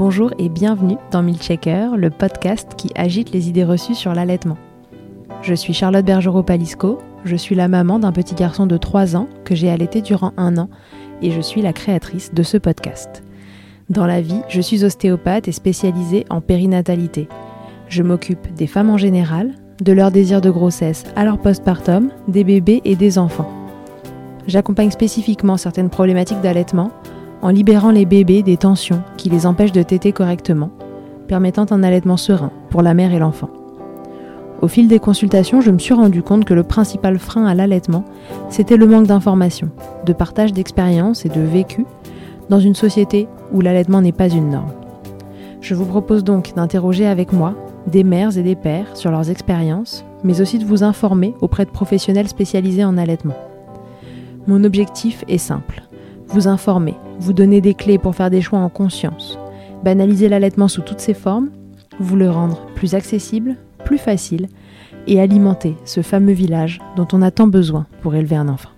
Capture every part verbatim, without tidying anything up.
Bonjour et bienvenue dans Milkshaker, le podcast qui agite les idées reçues sur l'allaitement. Je suis Charlotte Bergerot-Palisco, je suis la maman d'un petit garçon de trois ans que j'ai allaité durant un an et je suis la créatrice de ce podcast. Dans la vie, je suis ostéopathe et spécialisée en périnatalité. Je m'occupe des femmes en général, de leur désir de grossesse à leur postpartum, des bébés et des enfants. J'accompagne spécifiquement certaines problématiques d'allaitement en libérant les bébés des tensions qui les empêchent de téter correctement, permettant un allaitement serein pour la mère et l'enfant. Au fil des consultations, je me suis rendu compte que le principal frein à l'allaitement, c'était le manque d'informations, de partage d'expériences et de vécu dans une société où l'allaitement n'est pas une norme. Je vous propose donc d'interroger avec moi des mères et des pères sur leurs expériences, mais aussi de vous informer auprès de professionnels spécialisés en allaitement. Mon objectif est simple, vous informer, vous donner des clés pour faire des choix en conscience, banaliser l'allaitement sous toutes ses formes, vous le rendre plus accessible, plus facile et alimenter ce fameux village dont on a tant besoin pour élever un enfant.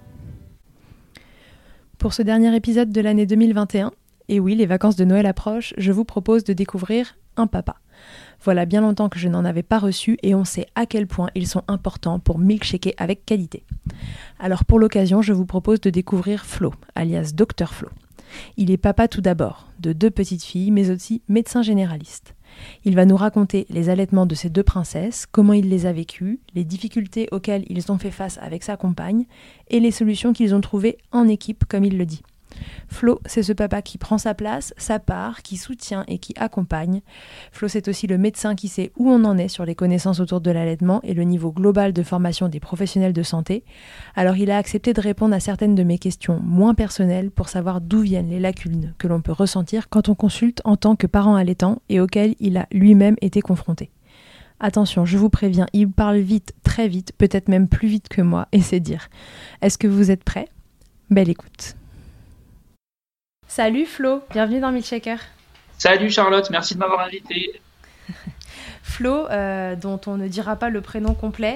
Pour ce dernier épisode de l'année deux mille vingt et un, et oui, les vacances de Noël approchent, je vous propose de découvrir un papa. Voilà bien longtemps que je n'en avais pas reçu et on sait à quel point ils sont importants pour milkshaker avec qualité. Alors pour l'occasion, je vous propose de découvrir Flo, alias Docteur Flo. Il est papa tout d'abord, de deux petites filles, mais aussi médecin généraliste. Il va nous raconter les allaitements de ses deux princesses, comment il les a vécus, les difficultés auxquelles ils ont fait face avec sa compagne et les solutions qu'ils ont trouvées en équipe, comme il le dit. Flo, c'est ce papa qui prend sa place, sa part, qui soutient et qui accompagne. Flo, c'est aussi le médecin qui sait où on en est sur les connaissances autour de l'allaitement et le niveau global de formation des professionnels de santé. Alors il a accepté de répondre à certaines de mes questions moins personnelles pour savoir d'où viennent les lacunes que l'on peut ressentir quand on consulte en tant que parent allaitant et auxquelles il a lui-même été confronté. Attention, je vous préviens, il parle vite, très vite, peut-être même plus vite que moi, et c'est dire. Est-ce que vous êtes prêts ? Belle écoute. Salut Flo, bienvenue dans Milkshaker. Salut Charlotte, merci de m'avoir invitée. Flo, euh, dont on ne dira pas le prénom complet.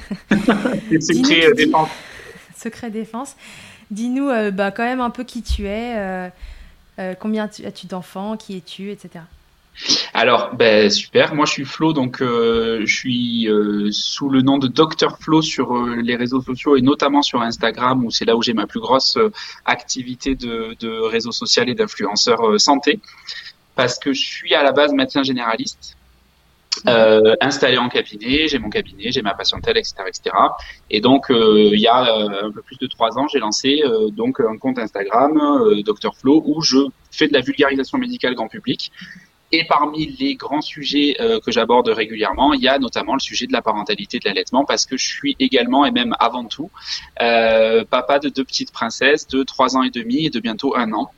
Secret euh, défense. Secret défense. Dis-nous euh, bah, quand même un peu qui tu es, euh, euh, combien tu, as-tu d'enfants, qui es-tu, et cetera. Alors, ben super. Moi, je suis Flo, donc euh, je suis euh, sous le nom de Docteur Flo sur euh, les réseaux sociaux et notamment sur Instagram, où c'est là où j'ai ma plus grosse euh, activité de, de réseau social et d'influenceur euh, santé, parce que je suis à la base médecin généraliste, euh, installé en cabinet. J'ai mon cabinet, j'ai ma patientèle, et cetera, et cetera. Et donc, euh, il y a euh, un peu plus de trois ans, j'ai lancé euh, donc un compte Instagram, euh, Docteur Flo, où je fais de la vulgarisation médicale grand public. Et parmi les grands sujets euh, que j'aborde régulièrement, il y a notamment le sujet de la parentalité, de l'allaitement, parce que je suis également et même avant tout euh, papa de deux petites princesses de trois ans et demi et de bientôt un an,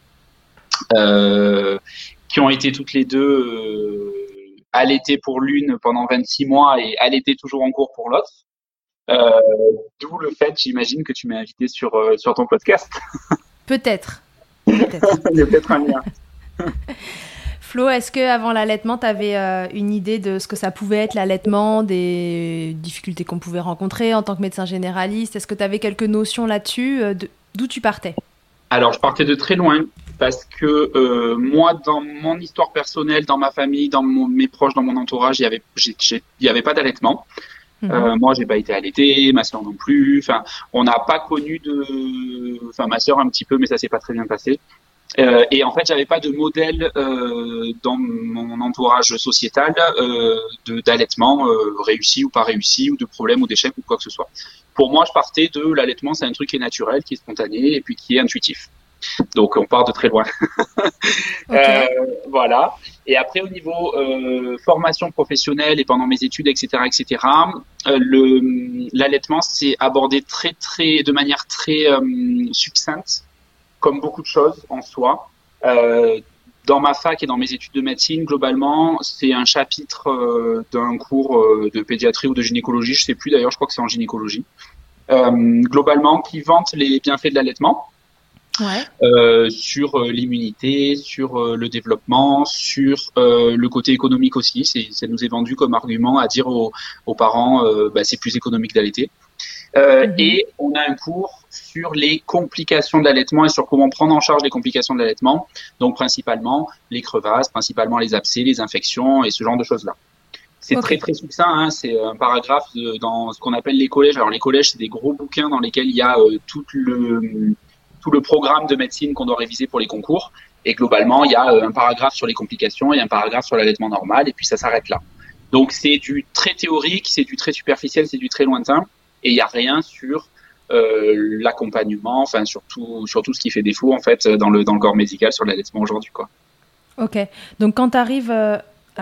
euh, qui ont été toutes les deux euh, allaitées pour l'une pendant vingt-six mois et allaitées toujours en cours pour l'autre. Euh, d'où le fait, j'imagine, que tu m'as invité sur, euh, sur ton podcast. Peut-être. Peut-être. Il y a peut-être un lien. Flo, est-ce qu'avant l'allaitement, tu avais euh, une idée de ce que ça pouvait être l'allaitement, des difficultés qu'on pouvait rencontrer en tant que médecin généraliste ? Est-ce que tu avais quelques notions là-dessus ? euh, de, D'où tu partais ? Alors, je partais de très loin parce que euh, moi, dans mon histoire personnelle, dans ma famille, dans mon, mes proches, dans mon entourage, il n'y avait, j'ai, j'ai, il y avait pas d'allaitement. Mmh. Euh, moi, j'ai pas été allaitée, ma sœur non plus. Enfin, on n'a pas connu de... Enfin, ma sœur un petit peu, mais ça s'est pas très bien passé. Euh, et en fait, j'avais pas de modèle euh, dans mon entourage sociétal euh, de, d'allaitement euh, réussi ou pas réussi, ou de problème ou d'échec ou quoi que ce soit. Pour moi, je partais de l'allaitement, c'est un truc qui est naturel, qui est spontané et puis qui est intuitif. Donc, on part de très loin. Okay. euh, voilà. Et après, au niveau euh, formation professionnelle et pendant mes études, et cetera, et cetera, euh, le, l'allaitement, c'est abordé très, très, de manière très euh, succincte, comme beaucoup de choses en soi. Euh, dans ma fac et dans mes études de médecine, globalement, c'est un chapitre euh, d'un cours euh, de pédiatrie ou de gynécologie, je sais plus d'ailleurs, je crois que c'est en gynécologie, euh, globalement, qui vante les bienfaits de l'allaitement. Ouais. Euh, sur euh, l'immunité, sur euh, le développement, sur euh, le côté économique aussi. C'est, ça nous est vendu comme argument à dire aux, aux parents, euh, bah, c'est plus économique d'allaiter. Euh, Mmh. Et on a un cours sur les complications de l'allaitement et sur comment prendre en charge les complications de l'allaitement. Donc principalement les crevasses, principalement les abcès, les infections et ce genre de choses-là. C'est Ok. très très succinct, hein. C'est un paragraphe de, dans ce qu'on appelle les collèges. Alors les collèges, c'est des gros bouquins dans lesquels il y a euh, tout le tout le programme de médecine qu'on doit réviser pour les concours. Et globalement, il y a euh, un paragraphe sur les complications et un paragraphe sur l'allaitement normal, et puis ça s'arrête là. Donc c'est du très théorique, c'est du très superficiel, c'est du très lointain, et il n'y a rien sur euh, l'accompagnement, enfin surtout sur tout ce qui fait défaut en fait dans le dans le corps médical sur l'allaitement aujourd'hui, quoi. Ok. Donc quand tu arrives euh,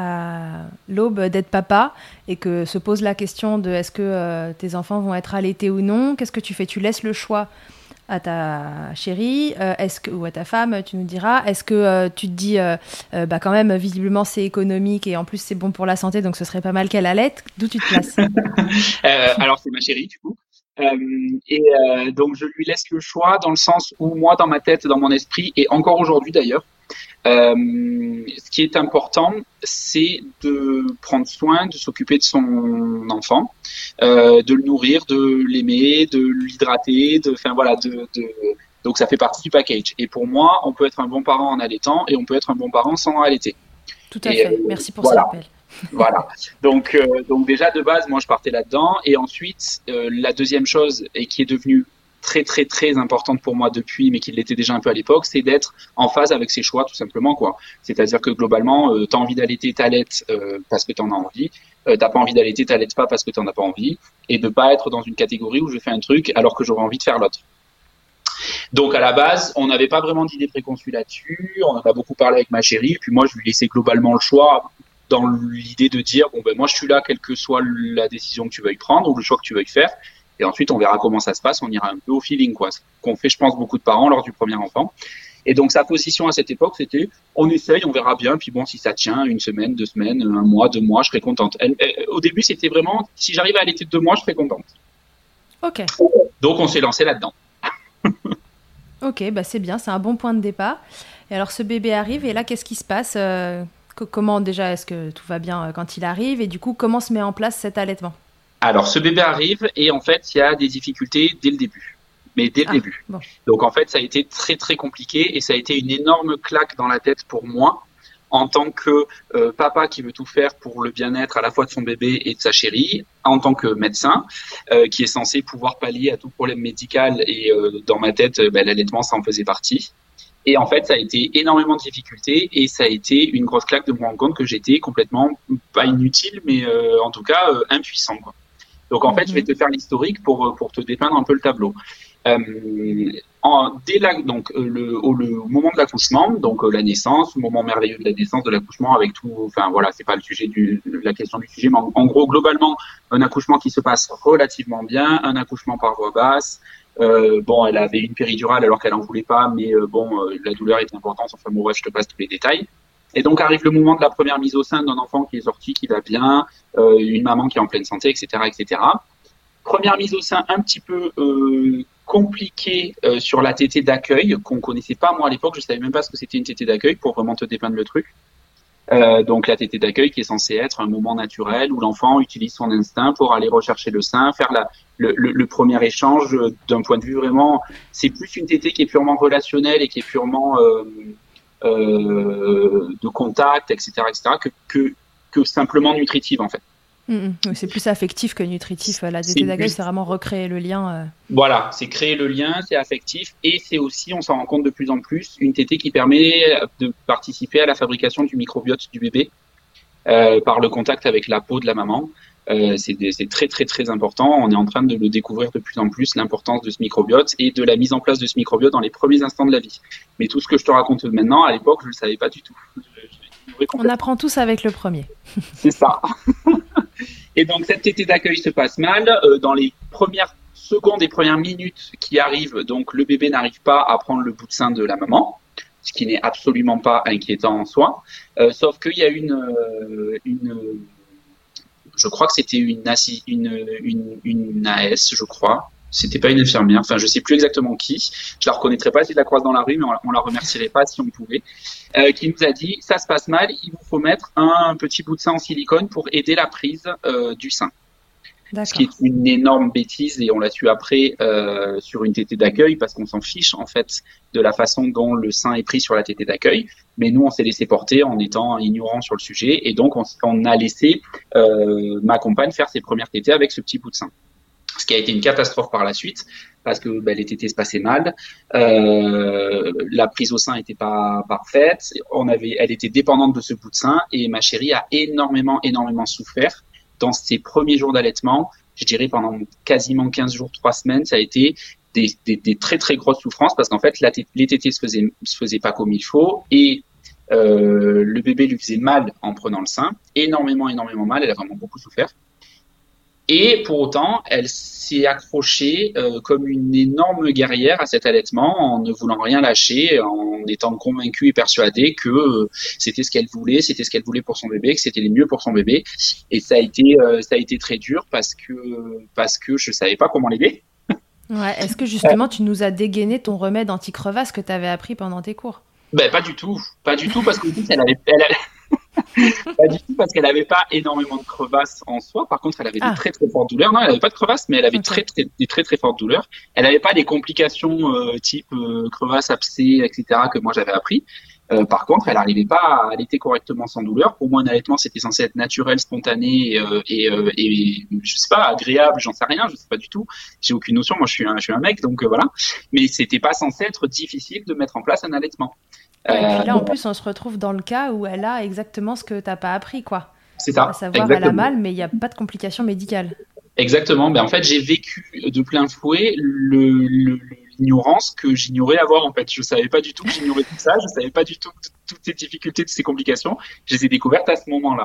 à l'aube d'être papa et que se pose la question de est-ce que euh, tes enfants vont être allaités ou non, qu'est-ce que tu fais? Tu laisses le choix à ta chérie, euh, est-ce que, ou à ta femme, tu nous diras. Est-ce que euh, tu te dis, euh, euh, bah quand même, visiblement c'est économique et en plus c'est bon pour la santé, donc ce serait pas mal qu'elle allaite. D'où tu te places? euh, alors c'est ma chérie du coup. Euh, et euh, donc je lui laisse le choix dans le sens où moi dans ma tête, dans mon esprit, et encore aujourd'hui d'ailleurs, euh, ce qui est important, c'est de prendre soin, de s'occuper de son enfant, euh, de le nourrir, de l'aimer, de l'hydrater, de, enfin voilà, de, de, donc ça fait partie du package. Et pour moi, on peut être un bon parent en allaitant et on peut être un bon parent sans allaiter. Tout à Et, fait. euh, Merci pour voilà. ce rappel. Voilà. Donc, euh, donc déjà de base, moi je partais là-dedans. Et ensuite, euh, la deuxième chose, et qui est devenue très très très importante pour moi depuis, mais qui l'était déjà un peu à l'époque, c'est d'être en phase avec ses choix, tout simplement, quoi. C'est-à-dire que globalement, euh, t'as envie d'allaiter, t'allaites euh, parce que t'en as envie. Euh, t'as pas envie d'allaiter, t'allaites pas parce que t'en as pas envie. Et de pas être dans une catégorie où je fais un truc alors que j'aurais envie de faire l'autre. Donc à la base, on n'avait pas vraiment d'idée préconçue là-dessus. On en a beaucoup parlé avec ma chérie. Puis moi, je lui laissais globalement le choix, dans l'idée de dire bon ben moi je suis là quelle que soit la décision que tu veuilles prendre ou le choix que tu veuilles faire, et ensuite on verra comment ça se passe, on ira un peu au feeling, quoi, ce qu'on fait je pense beaucoup de parents lors du premier enfant. Et donc sa position à cette époque c'était on essaye, on verra bien, puis bon si ça tient une semaine, deux semaines, un mois, deux mois, je serai contente. Elle, elle, au début c'était vraiment si j'arrive à allaiter deux mois je serai contente. Ok. Donc on s'est lancé là-dedans. Ok, bah c'est bien, c'est un bon point de départ. Et alors ce bébé arrive et là qu'est-ce qui se passe? euh... Comment déjà, est-ce que tout va bien quand il arrive? Et du coup, comment se met en place cet allaitement? Alors, ce bébé arrive et en fait, il y a des difficultés dès le début. Mais dès le Ah, début. bon. Donc, en fait, ça a été très, très compliqué et ça a été une énorme claque dans la tête pour moi en tant que euh, papa qui veut tout faire pour le bien-être à la fois de son bébé et de sa chérie, en tant que médecin euh, qui est censé pouvoir pallier à tout problème médical et euh, dans ma tête, ben, l'allaitement, ça en faisait partie. Et en fait, ça a été énormément de difficultés et ça a été une grosse claque de me rendre compte que j'étais complètement, pas inutile, mais euh, en tout cas euh, impuissant, quoi. Donc en fait, je vais te faire l'historique pour pour te dépeindre un peu le tableau. Euh, en, dès la, donc euh, le, au, le moment de l'accouchement, donc euh, la naissance, le moment merveilleux de la naissance, de l'accouchement, avec tout, enfin voilà, c'est pas le sujet du la question du sujet, mais en, en gros globalement un accouchement qui se passe relativement bien, un accouchement par voie basse. Euh, bon, elle avait une péridurale alors qu'elle en voulait pas, mais euh, bon, euh, la douleur était importante. Enfin bon, bref, je te passe tous les détails. Et donc arrive le moment de la première mise au sein d'un enfant qui est sorti, qui va bien, euh, une maman qui est en pleine santé, et cetera, et cetera. Première mise au sein un petit peu euh, compliquée euh, sur la tétée d'accueil qu'on connaissait pas. Moi à l'époque, je savais même pas ce que c'était une tétée d'accueil pour vraiment te dépeindre le truc. Euh, donc la tétée d'accueil qui est censée être un moment naturel où l'enfant utilise son instinct pour aller rechercher le sein, faire la, le, le, le premier échange d'un point de vue vraiment. C'est plus une tétée qui est purement relationnelle et qui est purement euh, euh, de contact, et cetera, et cetera, que, que, que simplement nutritive en fait. Mmh, c'est plus affectif que nutritif. La tétée d'accueil, c'est vraiment recréer le lien. Euh... Voilà, c'est créer le lien, c'est affectif et c'est aussi, on s'en rend compte de plus en plus, une tétée qui permet de participer à la fabrication du microbiote du bébé euh, par le contact avec la peau de la maman. Euh, c'est, c'est très très très important. On est en train de le découvrir de plus en plus, l'importance de ce microbiote et de la mise en place de ce microbiote dans les premiers instants de la vie. Mais tout ce que je te raconte maintenant, à l'époque, je ne le savais pas du tout. Je, je On apprend tous avec le premier. C'est ça. Et donc cette tétée d'accueil se passe mal. Euh, dans les premières secondes et premières minutes qui arrivent, donc le bébé n'arrive pas à prendre le bout de sein de la maman, ce qui n'est absolument pas inquiétant en soi. Euh, sauf qu'il y a une, euh, une, je crois que c'était une, une, une, une A S, je crois. C'était pas une infirmière, enfin je sais plus exactement qui. Je la reconnaîtrais pas si je la croise dans la rue, mais on, on la remercierait pas si on pouvait. Euh, qui nous a dit ça se passe mal, il vous faut mettre un petit bout de sein en silicone pour aider la prise euh, du sein. D'accord. Ce qui est une énorme bêtise et on l'a su après euh, sur une tétée d'accueil parce qu'on s'en fiche en fait de la façon dont le sein est pris sur la tétée d'accueil. Mais nous, on s'est laissé porter en étant ignorant sur le sujet et donc on, on a laissé euh, ma compagne faire ses premières tétées avec ce petit bout de sein. Ce qui a été une catastrophe par la suite parce que ben, les tétées se passaient mal, euh, la prise au sein n'était pas parfaite, on avait, elle était dépendante de ce bout de sein et ma chérie a énormément, énormément souffert dans ses premiers jours d'allaitement. Je dirais pendant quasiment quinze jours, trois semaines, ça a été des, des, des très très grosses souffrances parce qu'en fait la t- les tétées se faisaient, se faisaient pas comme il faut et euh, le bébé lui faisait mal en prenant le sein, énormément, énormément mal, elle a vraiment beaucoup souffert. Et pour autant, elle s'est accrochée euh, comme une énorme guerrière à cet allaitement en ne voulant rien lâcher, en étant convaincue et persuadée que euh, c'était ce qu'elle voulait, c'était ce qu'elle voulait pour son bébé, que c'était le mieux pour son bébé. Et ça a été, euh, ça a été très dur parce que parce que je savais pas comment l'aider. Ouais. Est-ce que justement tu nous as dégainé ton remède anti-crevasse que tu avais appris pendant tes cours? Ben pas du tout, pas du tout parce que elle avait, elle avait... Pas du tout parce qu'elle n'avait pas énormément de crevasses en soi. Par contre, elle avait ah. des très très fortes douleurs. Non, elle n'avait pas de crevasses, mais elle avait okay. très, très, des très très fortes douleurs. Elle n'avait pas des complications euh, type euh, crevasse, abcès, et cetera que moi j'avais appris. Euh, par contre, elle n'arrivait pas à allaiter correctement sans douleur. Pour moi, un allaitement, c'était censé être naturel, spontané euh, et, euh, et je sais pas, agréable. J'en sais rien, je sais pas du tout. J'ai aucune notion. Moi, je suis un, je suis un mec, donc euh, voilà. Mais c'était pas censé être difficile de mettre en place un allaitement. Et euh, puis là, en plus, on se retrouve dans le cas où elle a exactement ce que t'as pas appris, quoi. C'est ça. À savoir, exactement. Elle a mal, mais il n'y a pas de complications médicales. Exactement. Ben, en fait, j'ai vécu de plein fouet le, le, l'ignorance que j'ignorais avoir, en fait. Je savais pas du tout que j'ignorais tout ça. Je savais pas du tout que toutes ces difficultés, toutes ces complications. Je les ai découvertes à ce moment-là.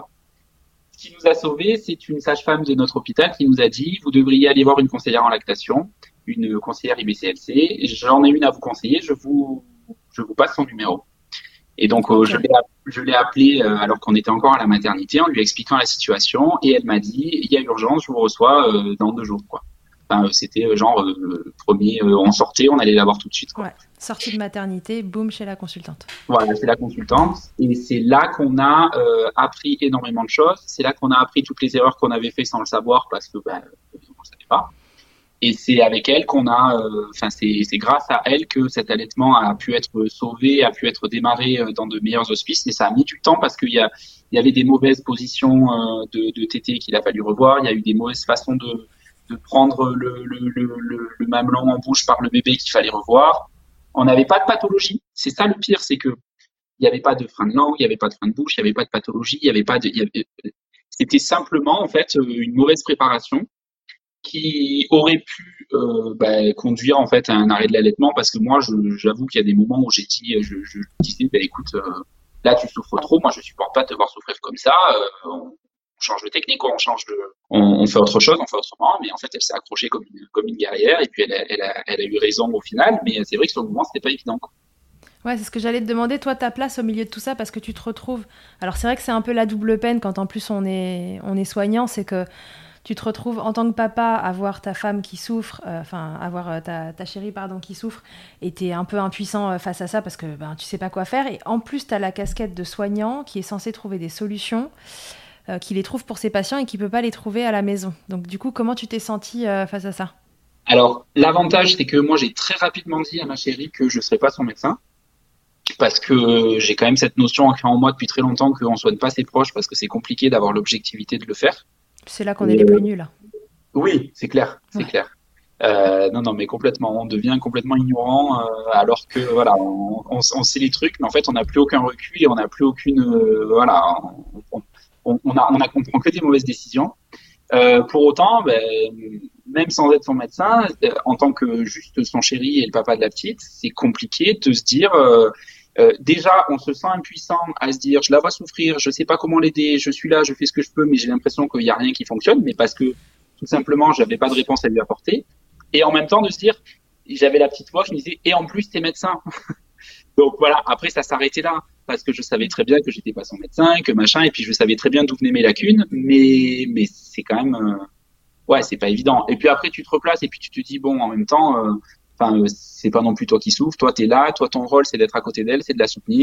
Ce qui nous a sauvés, c'est une sage-femme de notre hôpital qui nous a dit, vous devriez aller voir une conseillère en lactation, une conseillère I B C L C. J'en ai une à vous conseiller. Je vous je vous passe son numéro. Et donc, euh, okay. je l'ai, je l'ai appelée euh, alors qu'on était encore à la maternité en lui expliquant la situation et elle m'a dit, il y a urgence, je vous reçois euh, dans deux jours, quoi. Enfin, euh, c'était euh, genre, euh, premier, euh, on sortait, on allait la voir tout de suite, quoi. Ouais. Sortie de maternité, boum, chez la consultante. Voilà, c'est la consultante. Et c'est là qu'on a euh, appris énormément de choses. C'est là qu'on a appris toutes les erreurs qu'on avait fait sans le savoir parce que, ben, on ne savait pas. Et c'est avec elle qu'on a, enfin euh, c'est, c'est grâce à elle que cet allaitement a pu être sauvé, a pu être démarré dans de meilleurs auspices. Mais ça a mis du temps parce qu'il y a, il y avait des mauvaises positions euh, de, de tétée qu'il a fallu revoir. Il y a eu des mauvaises façons de, de prendre le, le, le, le, le mamelon en bouche par le bébé qu'il fallait revoir. On n'avait pas de pathologie. C'est ça le pire, c'est que il n'y avait pas de frein de langue, il n'y avait pas de frein de bouche, il n'y avait pas de pathologie, il n'y avait pas de, il y avait, c'était simplement en fait une mauvaise préparation qui aurait pu euh, bah, conduire en fait à un arrêt de l'allaitement parce que moi je, j'avoue qu'il y a des moments où j'ai dit je, je disais bah, écoute euh, là tu souffres trop, moi je supporte pas de te voir souffrir comme ça, euh, on, on change de technique, on change de on, on fait autre chose, on fait autrement, mais en fait elle s'est accrochée comme une, comme une guerrière et puis elle a, elle, a, elle a eu raison au final, mais c'est vrai que sur le moment c'était pas évident, quoi. Ouais, c'est ce que j'allais te demander, toi, ta place au milieu de tout ça, parce que tu te retrouves... Alors c'est vrai que c'est un peu la double peine quand en plus on est, on est soignant, c'est que tu te retrouves en tant que papa à voir ta femme qui souffre, euh, enfin, à voir euh, ta, ta chérie pardon, qui souffre, et tu es un peu impuissant euh, face à ça parce que ben, tu sais pas quoi faire. Et en plus, tu as la casquette de soignant qui est censé trouver des solutions, euh, qui les trouve pour ses patients et qui peut pas les trouver à la maison. Donc du coup, comment tu t'es sentie euh, face à ça ? Alors, l'avantage, c'est que moi, j'ai très rapidement dit à ma chérie que je serais pas son médecin. Parce que j'ai quand même cette notion ancrée en moi depuis très longtemps qu'on ne soigne pas ses proches parce que c'est compliqué d'avoir l'objectivité de le faire. C'est là qu'on est euh, les plus nuls. Là. Oui, c'est clair, c'est ouais. clair. Euh, non, non, mais complètement, on devient complètement ignorant euh, alors que voilà, on, on, on sait les trucs, mais en fait, on n'a plus aucun recul et on n'a plus aucune, euh, voilà, on, on, on a, on a, on prend que des mauvaises décisions. Euh, pour autant, ben, même sans être son médecin, euh, en tant que juste son chéri et le papa de la petite, c'est compliqué de se dire. Euh, Euh, déjà, on se sent impuissant à se dire, je la vois souffrir, je sais pas comment l'aider, je suis là, je fais ce que je peux, mais j'ai l'impression qu'il y a rien qui fonctionne, mais parce que tout simplement, j'avais pas de réponse à lui apporter. Et en même temps, de se dire, j'avais la petite voix qui me disait, et en plus, t'es médecin. Donc voilà. Après, ça s'arrêtait là, parce que je savais très bien que j'étais pas son médecin, que machin, et puis je savais très bien d'où venaient mes lacunes, mais mais c'est quand même, euh, ouais, c'est pas évident. Et puis après, tu te replaces et puis tu te dis, bon, en même temps. Euh, Enfin, c'est pas non plus toi qui souffres. Toi, t'es là. Toi, ton rôle, c'est d'être à côté d'elle, c'est de la soutenir.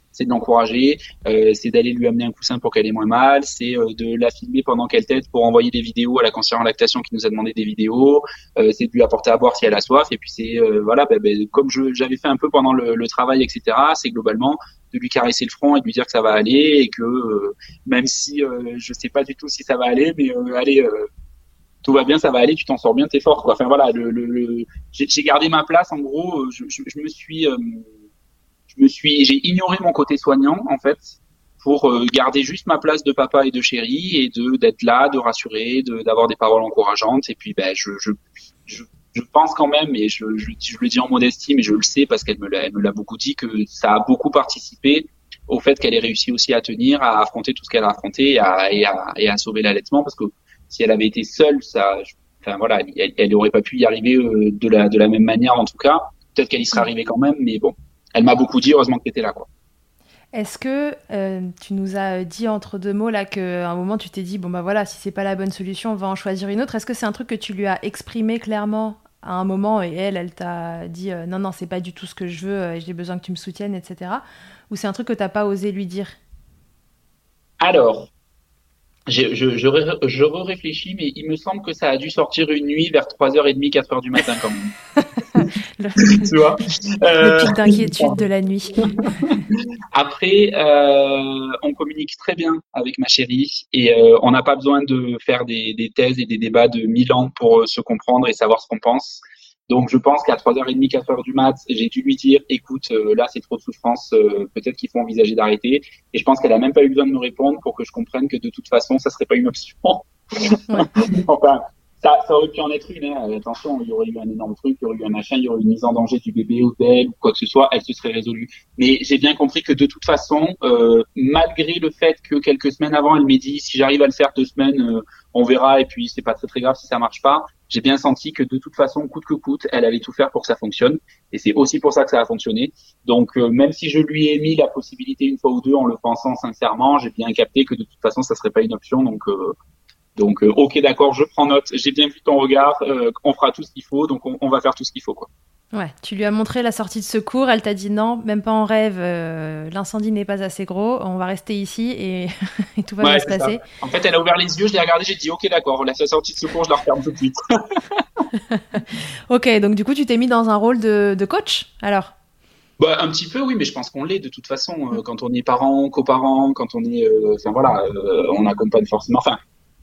c'est de l'encourager, euh, c'est d'aller lui amener un coussin pour qu'elle ait moins mal, c'est euh, de la filmer pendant qu'elle tète pour envoyer des vidéos à la conseillère en lactation qui nous a demandé des vidéos, euh, c'est de lui apporter à boire si elle a soif, et puis c'est euh, voilà, bah, bah, comme je, j'avais fait un peu pendant le, le travail, et cetera. C'est globalement de lui caresser le front et de lui dire que ça va aller, et que euh, même si euh, je sais pas du tout si ça va aller, mais euh, allez. Euh, tout va bien, ça va aller, tu t'en sors bien, t'es fort, quoi. Enfin voilà, le, le, le... J'ai, j'ai gardé ma place. En gros, je, je, je me suis, euh, je me suis, j'ai ignoré mon côté soignant en fait pour euh, garder juste ma place de papa et de chéri et de d'être là, de rassurer, de d'avoir des paroles encourageantes. Et puis ben je je je, je pense quand même, et je, je je le dis en modestie, mais je le sais parce qu'elle me l'a, elle me l'a beaucoup dit, que ça a beaucoup participé au fait qu'elle ait réussi aussi à tenir, à affronter tout ce qu'elle a affronté et à et à, et à sauver l'allaitement, parce que si elle avait été seule, ça, enfin voilà, elle, elle aurait pas pu y arriver euh, de la de la même manière en tout cas. Peut-être qu'elle y serait arrivée quand même, mais bon, elle m'a beaucoup dit, heureusement que t'étais là, quoi. Est-ce que euh, tu nous as dit entre deux mots là qu'à un moment tu t'es dit bon bah voilà, si c'est pas la bonne solution, on va en choisir une autre. Est-ce que c'est un truc que tu lui as exprimé clairement à un moment et elle, elle t'a dit euh, non non c'est pas du tout ce que je veux, euh, j'ai besoin que tu me soutiennes, et cetera. Ou c'est un truc que t'as pas osé lui dire? Alors. Je, je, je, je réfléchis, mais il me semble que ça a dû sortir une nuit vers trois heures trente, quatre heures du matin quand même. le... Tu vois le pic d'inquiétude de la nuit. Après, euh, on communique très bien avec ma chérie et euh, on n'a pas besoin de faire des, des thèses et des débats de mille ans pour se comprendre et savoir ce qu'on pense. Donc, je pense qu'à trois heures trente, quatre heures du mat, j'ai dû lui dire, écoute, euh, là, c'est trop de souffrance, euh, peut-être qu'il faut envisager d'arrêter. Et je pense qu'elle a même pas eu besoin de me répondre pour que je comprenne que de toute façon, ça serait pas une option. Ouais. Enfin, ça, ça aurait pu en être une, hein. Attention, il y aurait eu un énorme truc, il y aurait eu un machin, il y aurait eu une mise en danger du bébé ou d'elle ou quoi que ce soit, elle se serait résolue. Mais j'ai bien compris que de toute façon, euh, malgré le fait que quelques semaines avant, elle m'ait dit, si j'arrive à le faire deux semaines, euh, on verra, et puis c'est pas très très grave si ça marche pas. J'ai bien senti que de toute façon, coûte que coûte, elle allait tout faire pour que ça fonctionne. Et c'est aussi pour ça que ça a fonctionné. Donc, euh, même si je lui ai mis la possibilité une fois ou deux en le pensant sincèrement, j'ai bien capté que de toute façon, ça serait pas une option. Donc, euh, donc, euh, ok, d'accord, je prends note. J'ai bien vu ton regard. Euh, on fera tout ce qu'il faut. Donc, on, on va faire tout ce qu'il faut, quoi. Ouais, tu lui as montré la sortie de secours, elle t'a dit non, même pas en rêve, euh, l'incendie n'est pas assez gros, on va rester ici et, et tout va ouais, bien se passer. Ça. En fait, elle a ouvert les yeux, je l'ai regardé, j'ai dit ok, d'accord, la sortie de secours, je la referme tout de suite. Ok, donc du coup, tu t'es mis dans un rôle de, de coach, alors? Bah, un petit peu, oui, mais je pense qu'on l'est de toute façon. Euh, quand on est parent, coparent, quand on est, euh, enfin voilà, euh, on accompagne forcément. Enfin,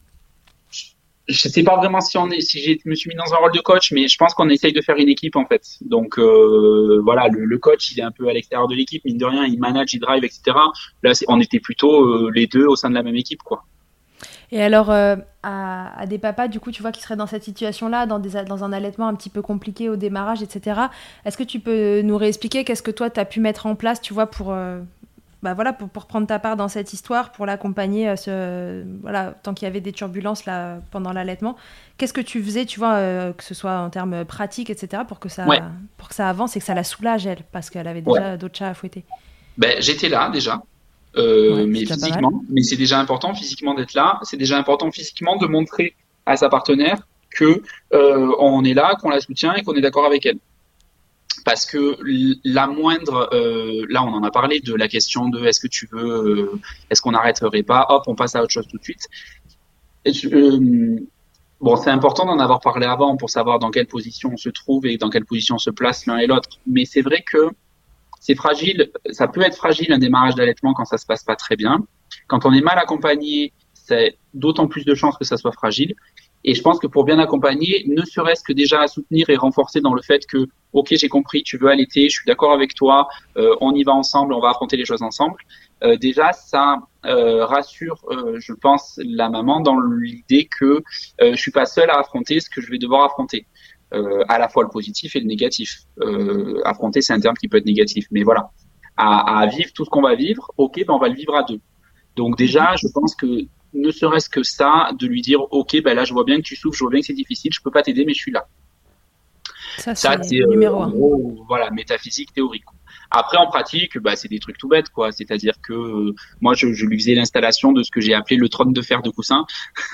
je sais pas vraiment si on est, si je me suis mis dans un rôle de coach, mais je pense qu'on essaye de faire une équipe en fait. Donc euh, voilà, le, le coach, il est un peu à l'extérieur de l'équipe, mine de rien, il manage, il drive, et cetera. Là, c'est, on était plutôt euh, les deux au sein de la même équipe, quoi. Et alors, euh, à, à des papas, du coup, tu vois, qui seraient dans cette situation-là, dans, des, dans un allaitement un petit peu compliqué au démarrage, et cetera. Est-ce que tu peux nous réexpliquer qu'est-ce que toi, tu as pu mettre en place, tu vois, pour, euh, bah, voilà, pour, pour prendre ta part dans cette histoire, pour l'accompagner, euh, ce, voilà, tant qu'il y avait des turbulences là, pendant l'allaitement. Qu'est-ce que tu faisais, tu vois, euh, que ce soit en termes pratiques, et cetera, pour que ça, ouais. pour que ça avance et que ça la soulage, elle, parce qu'elle avait déjà ouais. d'autres chats à fouetter. Ben, j'étais là, déjà. Euh, ouais, mais physiquement, mais c'est déjà important physiquement d'être là. C'est déjà important physiquement de montrer à sa partenaire que euh, on est là, qu'on la soutient et qu'on est d'accord avec elle. Parce que la moindre, euh, là on en a parlé de la question de est-ce que tu veux, euh, est-ce qu'on n'arrêterait pas, hop, on passe à autre chose tout de suite. Et, euh, bon, c'est important d'en avoir parlé avant pour savoir dans quelle position on se trouve et dans quelle position on se place l'un et l'autre. Mais c'est vrai que c'est fragile, ça peut être fragile un démarrage d'allaitement quand ça se passe pas très bien. Quand on est mal accompagné, c'est d'autant plus de chances que ça soit fragile. Et je pense que pour bien accompagner, ne serait-ce que déjà à soutenir et renforcer dans le fait que, ok, j'ai compris, tu veux allaiter, je suis d'accord avec toi, euh, on y va ensemble, on va affronter les choses ensemble. Euh, déjà, ça euh, rassure, euh, je pense, la maman dans l'idée que euh, je suis pas seule à affronter ce que je vais devoir affronter. Euh, à la fois le positif et le négatif. Euh, affronter, c'est un terme qui peut être négatif, mais voilà. À, à vivre tout ce qu'on va vivre, ok, ben on va le vivre à deux. Donc déjà, je pense que ne serait-ce que ça, de lui dire, ok, ben là, je vois bien que tu souffres, je vois bien que c'est difficile, je peux pas t'aider, mais je suis là. Ça, c'est, ça, c'est numéro euh, un. En gros, voilà, métaphysique, théorique. Après, en pratique, bah, c'est des trucs tout bêtes, quoi. C'est-à-dire que euh, moi, je, je lui faisais l'installation de ce que j'ai appelé le trône de fer de coussin.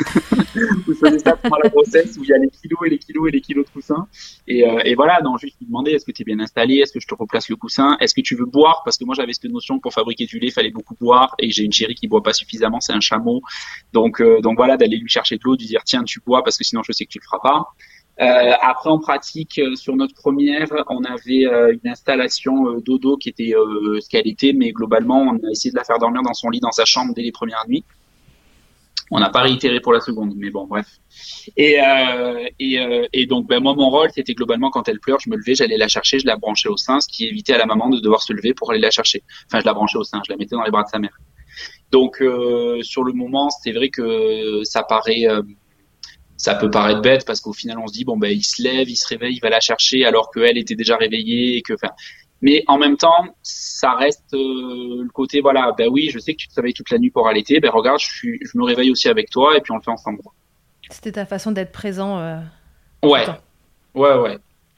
Vous savez ça pendant la grossesse où il y a les kilos et les kilos et les kilos de coussin. Et, euh, et voilà, non, juste lui demander est-ce que tu es bien installé, est-ce que je te replace le coussin, est-ce que tu veux boire, parce que moi j'avais cette notion que pour fabriquer du lait, il fallait beaucoup boire, et j'ai une chérie qui boit pas suffisamment, c'est un chameau. Donc, euh, donc voilà, d'aller lui chercher de l'eau, de lui dire tiens, tu bois parce que sinon je sais que tu le feras pas. Euh, après, en pratique, euh, sur notre première, on avait euh, une installation euh, dodo qui était euh, ce qu'elle était, mais globalement, on a essayé de la faire dormir dans son lit, dans sa chambre dès les premières nuits. On n'a pas réitéré pour la seconde, mais bon, bref. Et, euh, et, euh, et donc, ben, moi, mon rôle, c'était globalement, quand elle pleure, je me levais, j'allais la chercher, je la branchais au sein, ce qui évitait à la maman de devoir se lever pour aller la chercher. Enfin, je la branchais au sein, je la mettais dans les bras de sa mère. Donc, euh, sur le moment, c'est vrai que ça paraît, euh, ça peut paraître bête parce qu'au final, on se dit, bon, ben, il se lève, il se réveille, il va la chercher alors qu'elle était déjà réveillée et que, enfin, mais en même temps, ça reste euh, le côté, voilà, ben oui, je sais que tu te réveilles toute la nuit pour allaiter, ben regarde, je, suis, je me réveille aussi avec toi et puis on le fait ensemble. C'était ta façon d'être présent. Euh, ouais, ouais, ouais.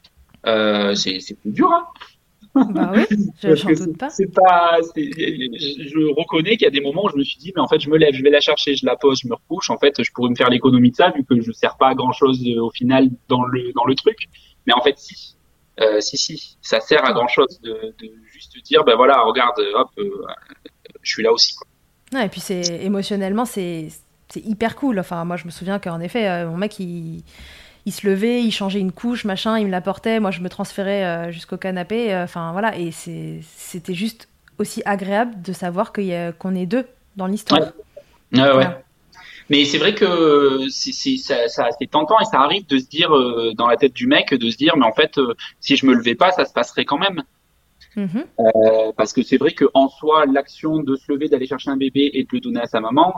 Euh, c'est, c'est plus dur, hein. Bah oui, je n'en doute pas. C'est pas, c'est, je reconnais qu'il y a des moments où je me suis dit, mais en fait, je me lève, je vais la chercher, je la pose, je me recouche. En fait, je pourrais me faire l'économie de ça vu que je ne sers pas à grand chose au final dans le dans le truc. Mais en fait, si. Euh, si si, ça sert à grand chose de, de juste dire ben voilà, regarde, hop, euh, je suis là aussi, quoi. Ouais, et puis c'est émotionnellement c'est c'est hyper cool. Enfin moi je me souviens qu'en effet euh, mon mec il il se levait, il changeait une couche, machin, il me la portait, moi je me transférais euh, jusqu'au canapé, enfin euh, voilà, et c'est c'était juste aussi agréable de savoir qu'il y a, qu'on est deux dans l'histoire. Ouais, ouais. ouais. Mais c'est vrai que c'est, c'est, ça, ça, c'est tentant et ça arrive de se dire euh, dans la tête du mec, de se dire mais en fait euh, si je me levais pas, ça se passerait quand même. Mm-hmm. Euh, parce que c'est vrai que en soi, l'action de se lever, d'aller chercher un bébé et de le donner à sa maman,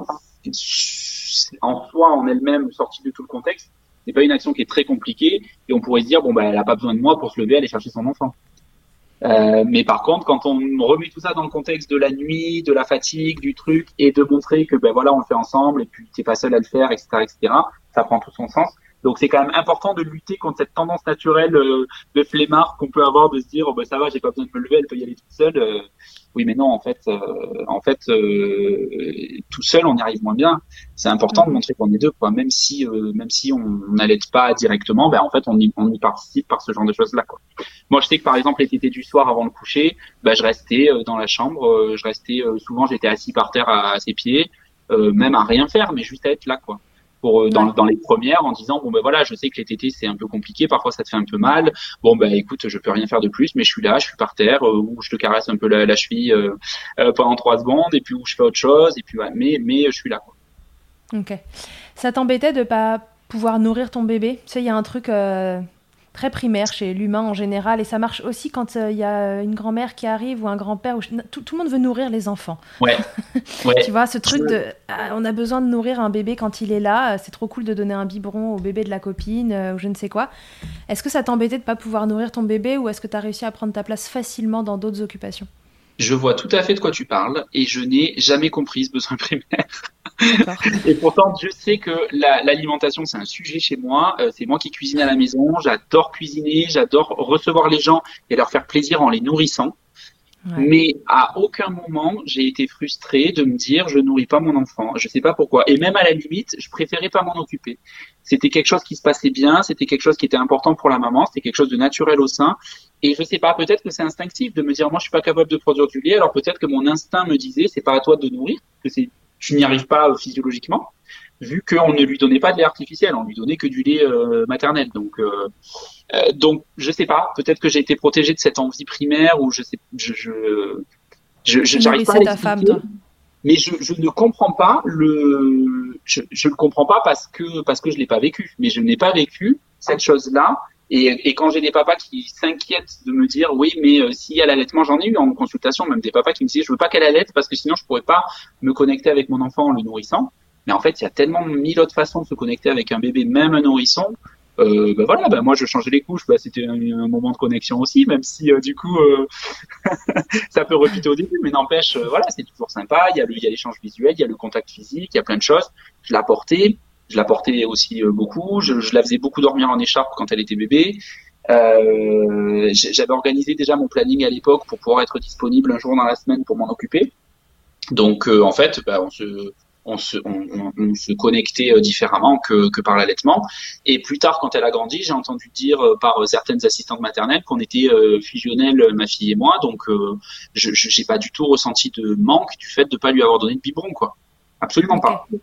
en soi, en elle-même, sortie de tout le contexte, c'est pas une action qui est très compliquée et on pourrait se dire bon bah elle a pas besoin de moi pour se lever, aller chercher son enfant. Euh, mais par contre, quand on remet tout ça dans le contexte de la nuit, de la fatigue, du truc, et de montrer que ben voilà, on le fait ensemble, et puis t'es pas seul à le faire, et cetera, et cetera, ça prend tout son sens. Donc c'est quand même important de lutter contre cette tendance naturelle euh, de flemmard qu'on peut avoir de se dire oh ben ça va, j'ai pas besoin de me lever, elle peut y aller toute seule. Euh, oui, mais non, en fait, euh, en fait, euh, tout seul, on y arrive moins bien. C'est important mmh. de montrer qu'on est deux, quoi. Même si, euh, même si on n'allaite pas directement, ben en fait, on y, on y participe par ce genre de choses-là, quoi. Moi, je sais que par exemple, les tétés du soir avant le coucher, ben je restais euh, dans la chambre, euh, je restais euh, souvent, j'étais assis par terre à, à ses pieds, euh, même à rien faire, mais juste à être là, quoi. Pour, euh, dans, dans les premières, en disant bon ben voilà, je sais que les tétés c'est un peu compliqué, parfois ça te fait un peu mal. Bon ben écoute, je peux rien faire de plus, mais je suis là, je suis par terre, euh, où je te caresse un peu la, la cheville euh, euh, pendant trois secondes, et puis où je fais autre chose, et puis ouais, mais mais je suis là, quoi. Ok. Ça t'embêtait de pas pouvoir nourrir ton bébé? Tu sais, il y a un truc euh, très primaire chez l'humain en général, et ça marche aussi quand il euh, y a une grand-mère qui arrive ou un grand-père. Ou... Tout, tout le monde veut nourrir les enfants. Ouais. ouais. Tu vois, ce truc de ah, on a besoin de nourrir un bébé quand il est là, c'est trop cool de donner un biberon au bébé de la copine euh, ou je ne sais quoi. Est-ce que ça t'embêtait de pas pouvoir nourrir ton bébé ou est-ce que tu as réussi à prendre ta place facilement dans d'autres occupations? Je vois tout à fait de quoi tu parles et je n'ai jamais compris ce besoin primaire. Et pourtant, je sais que la, l'alimentation, c'est un sujet chez moi. Euh, c'est moi qui cuisine à la maison. J'adore cuisiner, j'adore recevoir les gens et leur faire plaisir en les nourrissant. Ouais. Mais à aucun moment, j'ai été frustrée de me dire je nourris pas mon enfant. Je sais pas pourquoi. Et même à la limite, je préférais pas m'en occuper. C'était quelque chose qui se passait bien, c'était quelque chose qui était important pour la maman, c'était quelque chose de naturel au sein. Et je sais pas, peut-être que c'est instinctif de me dire moi je suis pas capable de produire du lait, alors peut-être que mon instinct me disait c'est pas à toi de nourrir, que c'est je n'y arrive pas euh, physiologiquement, vu qu'on ne lui donnait pas de lait artificiel, on lui donnait que du lait euh, maternel. Donc euh, euh, donc je sais pas, peut-être que j'ai été protégée de cette envie primaire ou je sais je je je, je j'arrive pas à l'expliquer. Femme, toi. Mais je, je ne comprends pas le, je, je le comprends pas parce que parce que je l'ai pas vécu. Mais je n'ai pas vécu cette chose-là. Et, et quand j'ai des papas qui s'inquiètent de me dire oui, mais euh, s'il y a l'allaitement, j'en ai eu en consultation même des papas qui me disaient je veux pas qu'elle allaite parce que sinon je pourrais pas me connecter avec mon enfant en le nourrissant. Mais en fait, il y a tellement mille autres façons de se connecter avec un bébé, même un nourrisson. Euh, ben voilà, ben moi je changeais les couches, ben c'était un, un moment de connexion aussi, même si euh, du coup euh, ça peut rebuter au début, mais n'empêche, euh, voilà, c'est toujours sympa. Il y a le, il y a l'échange visuel, il y a le contact physique, il y a plein de choses. Je la portais, je la portais aussi euh, beaucoup. Je, je la faisais beaucoup dormir en écharpe quand elle était bébé. Euh, j'avais organisé déjà mon planning à l'époque pour pouvoir être disponible un jour dans la semaine pour m'en occuper. Donc euh, en fait, bah, on se on se, on, on, on se connectait euh, différemment que, que par l'allaitement. Et plus tard, quand elle a grandi, j'ai entendu dire euh, par euh, certaines assistantes maternelles qu'on était euh, fusionnelles, ma fille et moi. Donc, euh, je j'ai pas du tout ressenti de manque du fait de pas lui avoir donné de biberon, quoi. Absolument okay. pas.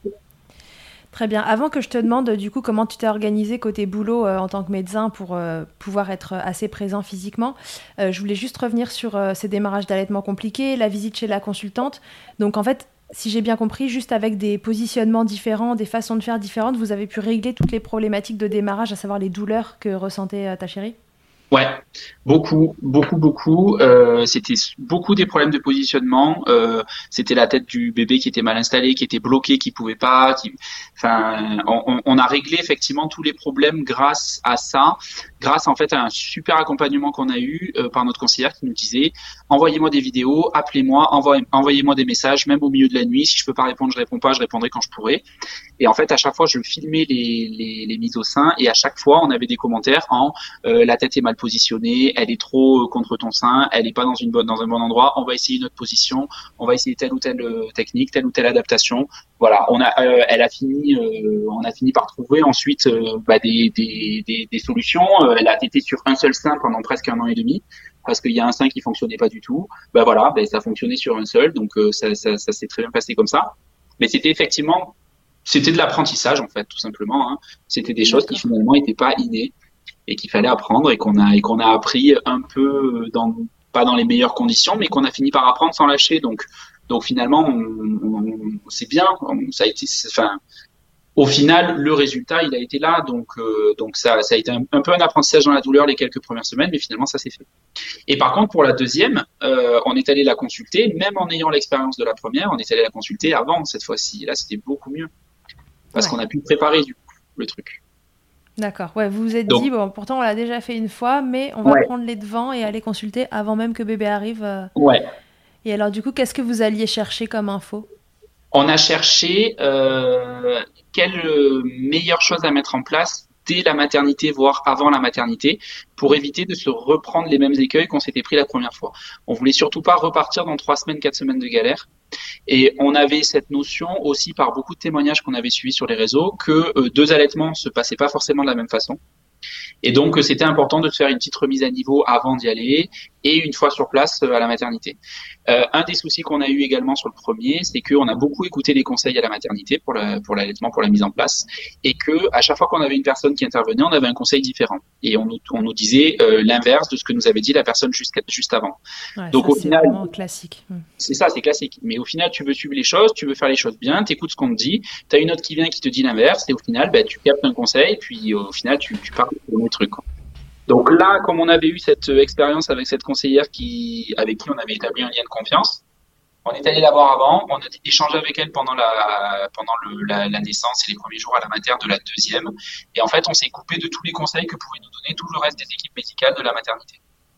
Très bien. Avant que je te demande du coup comment tu t'es organisé côté boulot euh, en tant que médecin pour euh, pouvoir être assez présent physiquement, euh, je voulais juste revenir sur euh, ces démarrages d'allaitement compliqués, la visite chez la consultante. Donc en fait, si j'ai bien compris, juste avec des positionnements différents, des façons de faire différentes, vous avez pu régler toutes les problématiques de démarrage, à savoir les douleurs que ressentait euh, ta chérie ? Ouais, beaucoup, beaucoup, beaucoup. Euh, c'était beaucoup des problèmes de positionnement. Euh, c'était la tête du bébé qui était mal installée, qui était bloquée, qui pouvait pas. Qui... Enfin, on, on a réglé effectivement tous les problèmes grâce à ça, grâce en fait à un super accompagnement qu'on a eu euh, par notre conseillère qui nous disait envoyez-moi des vidéos, appelez-moi, envoyez, envoyez-moi des messages, même au milieu de la nuit. Si je peux pas répondre, je réponds pas, je répondrai quand je pourrai. Et en fait, à chaque fois, je filmais les, les, les mises au sein et à chaque fois, on avait des commentaires en euh, la tête est mal positionnée, elle est trop euh, contre ton sein, elle est pas dans une bonne dans un bon endroit. On va essayer une autre position, on va essayer telle ou telle euh, technique, telle ou telle adaptation. Voilà, on a, euh, elle a fini, euh, on a fini par trouver ensuite euh, bah, des, des, des, des solutions. Euh, elle a été sur un seul sein pendant presque un an et demi. Parce qu'il y a un sein qui fonctionnait pas du tout. Ben voilà, ben ça fonctionnait sur un seul, donc euh, ça, ça, ça s'est très bien passé comme ça. Mais c'était effectivement C'était de l'apprentissage en fait, tout simplement. Hein. C'était des choses qui finalement n'étaient pas innées et qu'il fallait apprendre et qu'on a et qu'on a appris un peu dans pas dans les meilleures conditions, mais qu'on a fini par apprendre sans lâcher. Donc donc finalement, on, on, c'est bien. On, ça a été, enfin, au final, le résultat, il a été là. Donc euh, donc ça ça a été un, un peu un apprentissage dans la douleur les quelques premières semaines, mais finalement ça s'est fait. Et par contre, pour la deuxième, euh, on est allé la consulter, même en ayant l'expérience de la première, on est allé la consulter avant cette fois-ci. Et là, c'était beaucoup mieux. Parce ouais. qu'on a pu préparer du coup le truc. D'accord. Ouais, vous vous êtes Donc, dit, bon, pourtant on l'a déjà fait une fois, mais on va ouais. prendre les devants et aller consulter avant même que bébé arrive. Euh... Ouais. Et alors du coup, qu'est-ce que vous alliez chercher comme info ? On a cherché euh, quelle meilleure chose à mettre en place dès la maternité, voire avant la maternité, pour éviter de se reprendre les mêmes écueils qu'on s'était pris la première fois. On voulait surtout pas repartir dans trois semaines, quatre semaines de galère. Et on avait cette notion aussi par beaucoup de témoignages qu'on avait suivis sur les réseaux que euh, deux allaitements se passaient pas forcément de la même façon. Et donc, euh, c'était important de faire une petite remise à niveau avant d'y aller et une fois sur place euh, à la maternité. Euh, un des soucis qu'on a eu également sur le premier, c'est qu'on a beaucoup écouté les conseils à la maternité pour, la, pour l'allaitement, pour la mise en place, et que à chaque fois qu'on avait une personne qui intervenait, on avait un conseil différent. Et on nous, on nous disait euh, l'inverse de ce que nous avait dit la personne juste, juste avant. Ouais, donc ça, au c'est final, vraiment classique. C'est ça, c'est classique. Mais au final, tu veux suivre les choses, tu veux faire les choses bien, t'écoutes ce qu'on te dit, t'as une autre qui vient qui te dit l'inverse, et au final, bah, tu captes un conseil, puis au final, tu, tu parles de le truc. Quoi. Donc là, comme on avait eu cette expérience avec cette conseillère qui, avec qui on avait établi un lien de confiance, on est allé la voir avant, on a échangé avec elle pendant la pendant le, la, la naissance et les premiers jours à la mater de la deuxième, et en fait, on s'est coupé de tous les conseils que pouvaient nous donner tout le reste des équipes médicales de la maternité.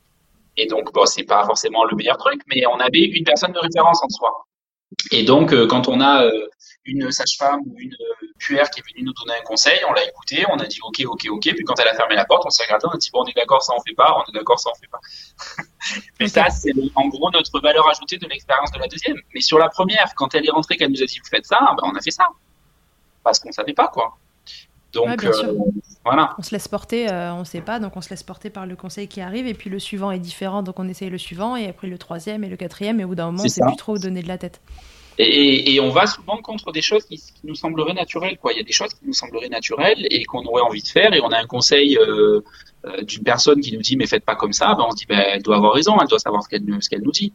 Et donc, bon, c'est pas forcément le meilleur truc, mais on avait une personne de référence en soi. Et donc, euh, quand on a euh, une sage-femme ou une euh, puère qui est venue nous donner un conseil, on l'a écouté, on a dit ok, ok, ok. Puis quand elle a fermé la porte, on s'est regardé, on a dit bon, on est d'accord, ça on fait pas, on est d'accord, ça on fait pas. Mais okay. Ça, c'est en gros notre valeur ajoutée de l'expérience de la deuxième. Mais sur la première, quand elle est rentrée, qu'elle nous a dit vous faites ça, ben, on a fait ça. Parce qu'on savait pas, quoi. Donc, ouais, euh, voilà. On se laisse porter, euh, on ne sait pas, donc on se laisse porter par le conseil qui arrive, et puis le suivant est différent, donc on essaye le suivant, et après le troisième et le quatrième, et au bout d'un moment, c'est on ne sait plus trop où donner de la tête. Et, et on va souvent contre des choses qui, qui nous sembleraient naturelles, quoi. Il y a des choses qui nous sembleraient naturelles et qu'on aurait envie de faire, et on a un conseil euh, euh, d'une personne qui nous dit mais faites pas comme ça, ben on se dit ben elle doit avoir raison, elle doit savoir ce qu'elle, ce qu'elle nous dit.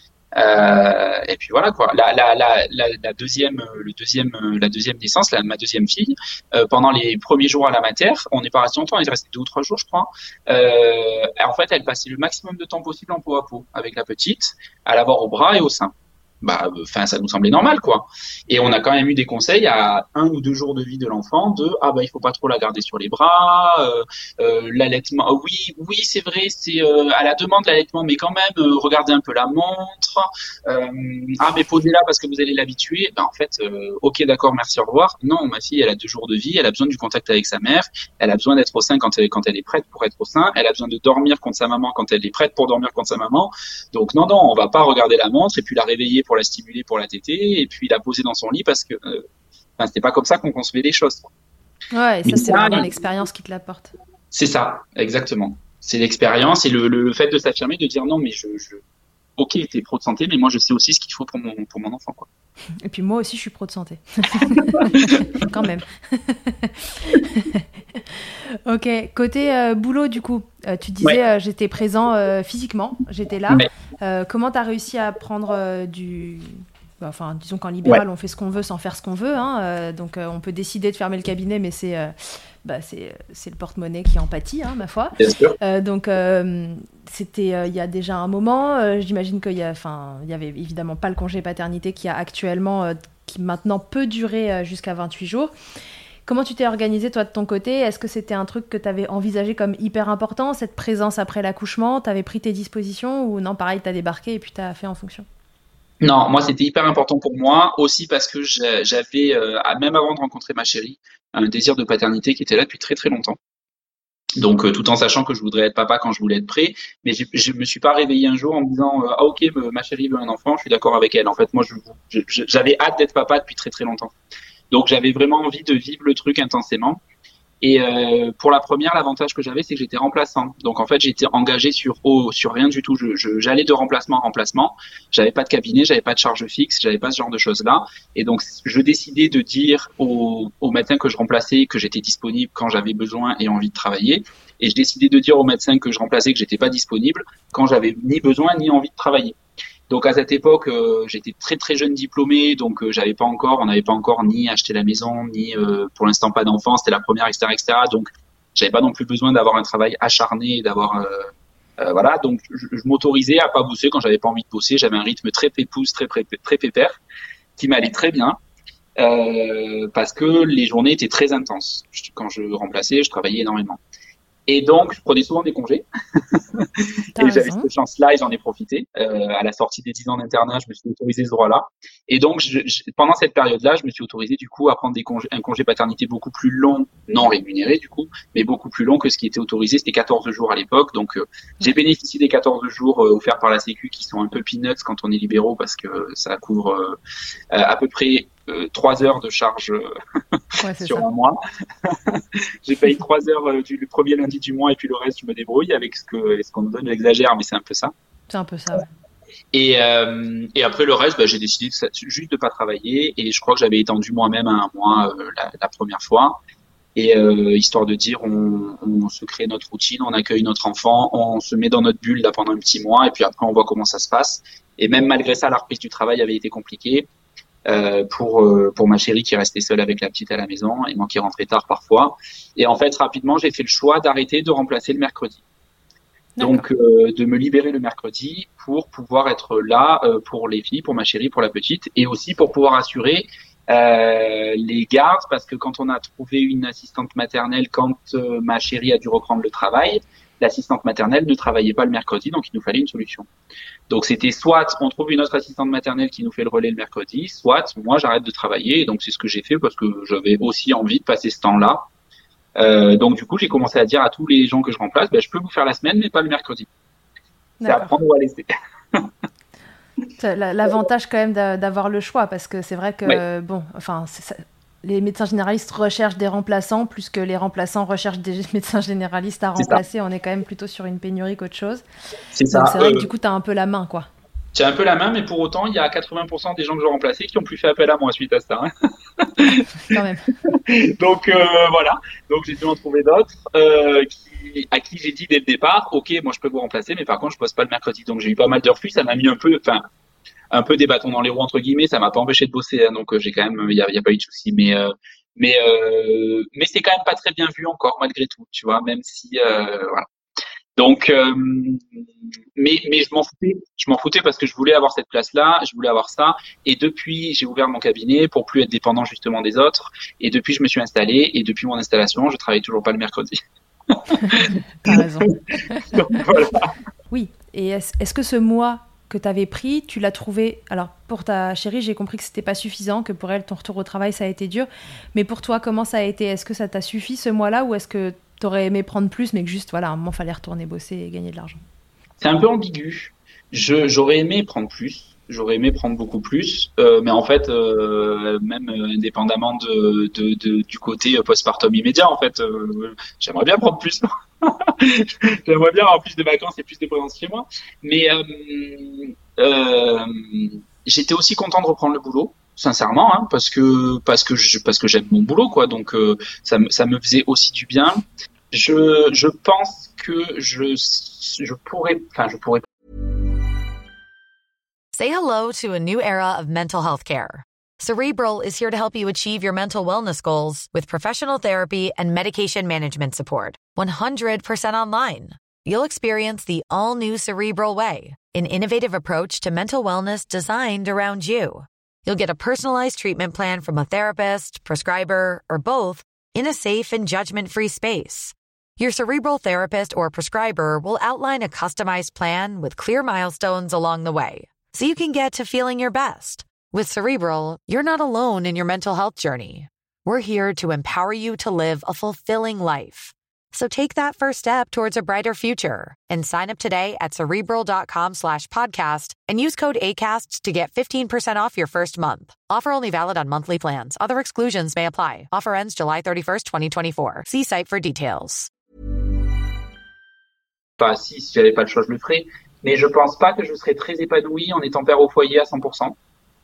Euh, et puis voilà quoi. La, la, la, la, la deuxième, le deuxième, la deuxième naissance, la, ma deuxième fille, euh, pendant les premiers jours à la mater, on n'est pas resté longtemps, on est resté deux ou trois jours, je crois. Euh, en fait, elle passait le maximum de temps possible en peau à peau avec la petite, à l'avoir au bras et au sein. bah, enfin, ça nous semblait normal, quoi. Et on a quand même eu des conseils à un ou deux jours de vie de l'enfant de ah bah il faut pas trop la garder sur les bras, euh, euh, l'allaitement. Oh, oui, oui, c'est vrai, c'est euh, à la demande l'allaitement, mais quand même euh, regardez un peu la montre. Euh, ah mais posez-la parce que vous allez l'habituer. Ben en fait, euh, ok, d'accord, merci, au revoir. Non, ma fille, elle a deux jours de vie, elle a besoin du contact avec sa mère, elle a besoin d'être au sein quand elle quand elle est prête pour être au sein, elle a besoin de dormir contre sa maman quand elle est prête pour dormir contre sa maman. Donc non, non, on va pas regarder la montre et puis la réveiller pour la stimuler, pour la téter et puis la poser dans son lit parce que euh, enfin, c'était pas comme ça qu'on concevait les choses. Ouais, et ça, Mais c'est ça, vraiment l'expérience qui te l'apporte. c'est ça, exactement. C'est l'expérience et le, le, le fait de s'affirmer, de dire non, mais je, je ok, t'es pro de santé, mais moi je sais aussi ce qu'il faut pour mon, pour mon enfant, quoi. Et puis moi aussi, je suis pro de santé. Quand même. Ok, côté euh, boulot, du coup, euh, tu disais Ouais. euh, j'étais présent euh, physiquement, j'étais là. Ouais. Euh, comment tu as réussi à prendre euh, du... bah, enfin, disons qu'en libéral, Ouais. on fait ce qu'on veut sans faire ce qu'on veut. Hein, euh, donc, euh, on peut décider de fermer le cabinet, mais c'est, euh, bah, c'est, c'est le porte-monnaie qui en pâtit, hein, ma foi. Bien sûr. Euh, donc, euh, c'était euh, il y a déjà un moment. Euh, j'imagine qu'il y a, enfin, il y avait évidemment pas le congé paternité qui a actuellement, euh, qui maintenant peut durer euh, jusqu'à vingt-huit jours. Comment tu t'es organisé, toi, de ton côté ? Est-ce que c'était un truc que tu avais envisagé comme hyper important, cette présence après l'accouchement ? Tu avais pris tes dispositions ou non, pareil, tu as débarqué et puis tu as fait en fonction ? Non, moi c'était hyper important pour moi aussi parce que j'ai- j'avais, euh, même avant de rencontrer ma chérie, un désir de paternité qui était là depuis très très longtemps. Donc, euh, tout en sachant que je voudrais être papa quand je voulais être prêt, mais j'ai- je me suis pas réveillé un jour en me disant euh, ah ok, me- ma chérie veut un enfant, je suis d'accord avec elle. En fait, moi, je, je- je- j'avais hâte d'être papa depuis très très longtemps. Donc, j'avais vraiment envie de vivre le truc intensément. Et euh, pour la première, l'avantage que j'avais, c'est que j'étais remplaçant. Donc en fait, j'étais engagé sur oh, sur rien du tout. Je, je- j'allais de remplacement en remplacement. J'avais pas de cabinet, j'avais pas de charge fixe, j'avais pas ce genre de choses-là. Et donc je décidais de dire au, au médecin que je remplaçais que j'étais disponible quand j'avais besoin et envie de travailler. Et je décidais de dire au médecin que je remplaçais que j'étais pas disponible quand j'avais ni besoin ni envie de travailler. Donc à cette époque, euh, j'étais très très jeune diplômé, donc euh, j'avais pas encore, on n'avait pas encore ni acheté la maison, ni euh, pour l'instant pas d'enfant, c'était la première, et cetera, et cetera. Donc j'avais pas non plus besoin d'avoir un travail acharné, d'avoir euh, euh, voilà. Donc je, je m'autorisais à pas bosser quand j'avais pas envie de bosser. J'avais un rythme très pépouze, très très, très pépère, qui m'allait très bien. Euh, parce que les journées étaient très intenses. Je- quand je remplaçais, je travaillais énormément. Et donc, je prenais souvent des congés. T'as Et j'avais raison. cette chance-là et j'en ai profité. Euh, à la sortie des dix ans d'internat, je me suis autorisé ce droit-là. Et donc, je, je- pendant cette période-là, je me suis autorisé du coup à prendre des congés, un congé paternité beaucoup plus long, non rémunéré du coup, mais beaucoup plus long que ce qui était autorisé. C'était quatorze jours à l'époque. Donc, euh, j'ai Ouais. bénéficié des quatorze jours euh, offerts par la Sécu qui sont un peu peanuts quand on est libéraux parce que ça couvre euh, à peu près euh, trois heures de charge euh, Ouais, c'est sur ça. un mois. J'ai payé trois heures euh, du le premier lundi du mois et puis le reste, je me débrouille avec ce que ce qu'on me donne. J'exagère, mais c'est un peu ça. C'est un peu ça, ouais. Et, euh, et après le reste, bah, j'ai décidé de, juste de pas travailler et je crois que j'avais étendu moi-même à un mois euh, la, la première fois. Et euh, histoire de dire, on, on se crée notre routine, on accueille notre enfant, on se met dans notre bulle là pendant un petit mois et puis après on voit comment ça se passe. Et même malgré ça, la reprise du travail avait été compliquée euh, pour euh, pour ma chérie qui restait seule avec la petite à la maison et moi qui rentrais tard parfois. Et en fait, rapidement, j'ai fait le choix d'arrêter de remplacer le mercredi. D'accord. Donc, euh, de me libérer le mercredi pour pouvoir être là euh, pour les filles, pour ma chérie, pour la petite, et aussi pour pouvoir assurer euh, les gardes, parce que quand on a trouvé une assistante maternelle, quand euh, ma chérie a dû reprendre le travail, l'assistante maternelle ne travaillait pas le mercredi, donc il nous fallait une solution. Donc, c'était soit on trouve une autre assistante maternelle qui nous fait le relais le mercredi, soit moi j'arrête de travailler, et donc c'est ce que j'ai fait parce que j'avais aussi envie de passer ce temps-là. Euh, donc du coup, j'ai commencé à dire à tous les gens que je remplace, ben, je peux vous faire la semaine, mais pas le mercredi. C'est à D'accord. prendre ou à laisser. C'est la- L'avantage quand même d'a- d'avoir le choix, parce que c'est vrai que, Ouais, bon, enfin, c'est ça- les médecins généralistes recherchent des remplaçants plus que les remplaçants recherchent des médecins généralistes à c'est ça. remplacer. On est quand même plutôt sur une pénurie qu'autre chose. C'est Donc ça. c'est vrai que Euh, du coup, tu as un peu la main, quoi. j'ai un peu la main, mais pour autant, il y a quatre-vingts pour cent des gens que je remplaçais qui ont plus fait appel à moi suite à ça, hein. Quand même. Donc euh, voilà. Donc j'ai dû en trouver d'autres euh, qui, à qui j'ai dit dès le départ, ok, moi je peux vous remplacer, mais par contre je bosse pas le mercredi. Donc j'ai eu pas mal de refus. Ça m'a mis un peu, enfin, un peu des bâtons dans les roues entre guillemets. Ça m'a pas empêché de bosser, hein, donc euh, j'ai quand même, il y a, y a pas eu de souci. Mais euh, mais euh, mais c'est quand même pas très bien vu encore malgré tout, tu vois. Même si euh, voilà. Donc, euh, mais mais je m'en foutais, je m'en foutais parce que je voulais avoir cette place-là, je voulais avoir ça. Et depuis, j'ai ouvert mon cabinet pour plus être dépendant justement des autres. Et depuis, je me suis installé. Et depuis mon installation, je travaille toujours pas le mercredi. T'as raison. Donc, voilà. Oui. Et est-ce, est-ce que ce mois que tu avais pris, tu l'as trouvé... Alors, pour ta chérie, j'ai compris que c'était pas suffisant, que pour elle, ton retour au travail, ça a été dur. Mais pour toi, comment ça a été ? Est-ce que ça t'a suffi ce mois-là ou est-ce que t'aurais aimé prendre plus, mais que juste, voilà, à un moment, fallait retourner bosser et gagner de l'argent ? C'est un peu ambigu. Je, j'aurais aimé prendre plus. J'aurais aimé prendre beaucoup plus, euh, mais en fait, euh, même euh, indépendamment de, de, de, du côté postpartum immédiat, en fait, euh, j'aimerais bien prendre plus. J'aimerais bien avoir plus de vacances et plus de présence chez moi. Mais euh, euh, j'étais aussi content de reprendre le boulot, sincèrement, hein, parce que parce que je, parce que j'aime mon boulot, quoi. Donc euh, ça me ça me faisait aussi du bien. Je je pense que je je pourrais, enfin je pourrais. Say hello to a new era of mental health care. Cerebral is here to help you achieve your mental wellness goals with professional therapy and medication management support. one hundred percent online. You'll experience the all-new Cerebral Way, an innovative approach to mental wellness designed around you. You'll get a personalized treatment plan from a therapist, prescriber, or both in a safe and judgment-free space. Your Cerebral therapist or prescriber will outline a customized plan with clear milestones along the way, so you can get to feeling your best. With Cerebral, you're not alone in your mental health journey. We're here to empower you to live a fulfilling life. So take that first step towards a brighter future and sign up today at Cerebral.com slash podcast and use code ACAST to get fifteen percent off your first month. Offer only valid on monthly plans. Other exclusions may apply. Offer ends July thirty-first, twenty twenty-four. See site for details. Enfin, si, si j'avais pas le choix, je le ferais. Mais je pense pas que je serais très épanoui en étant père au foyer à cent pour cent.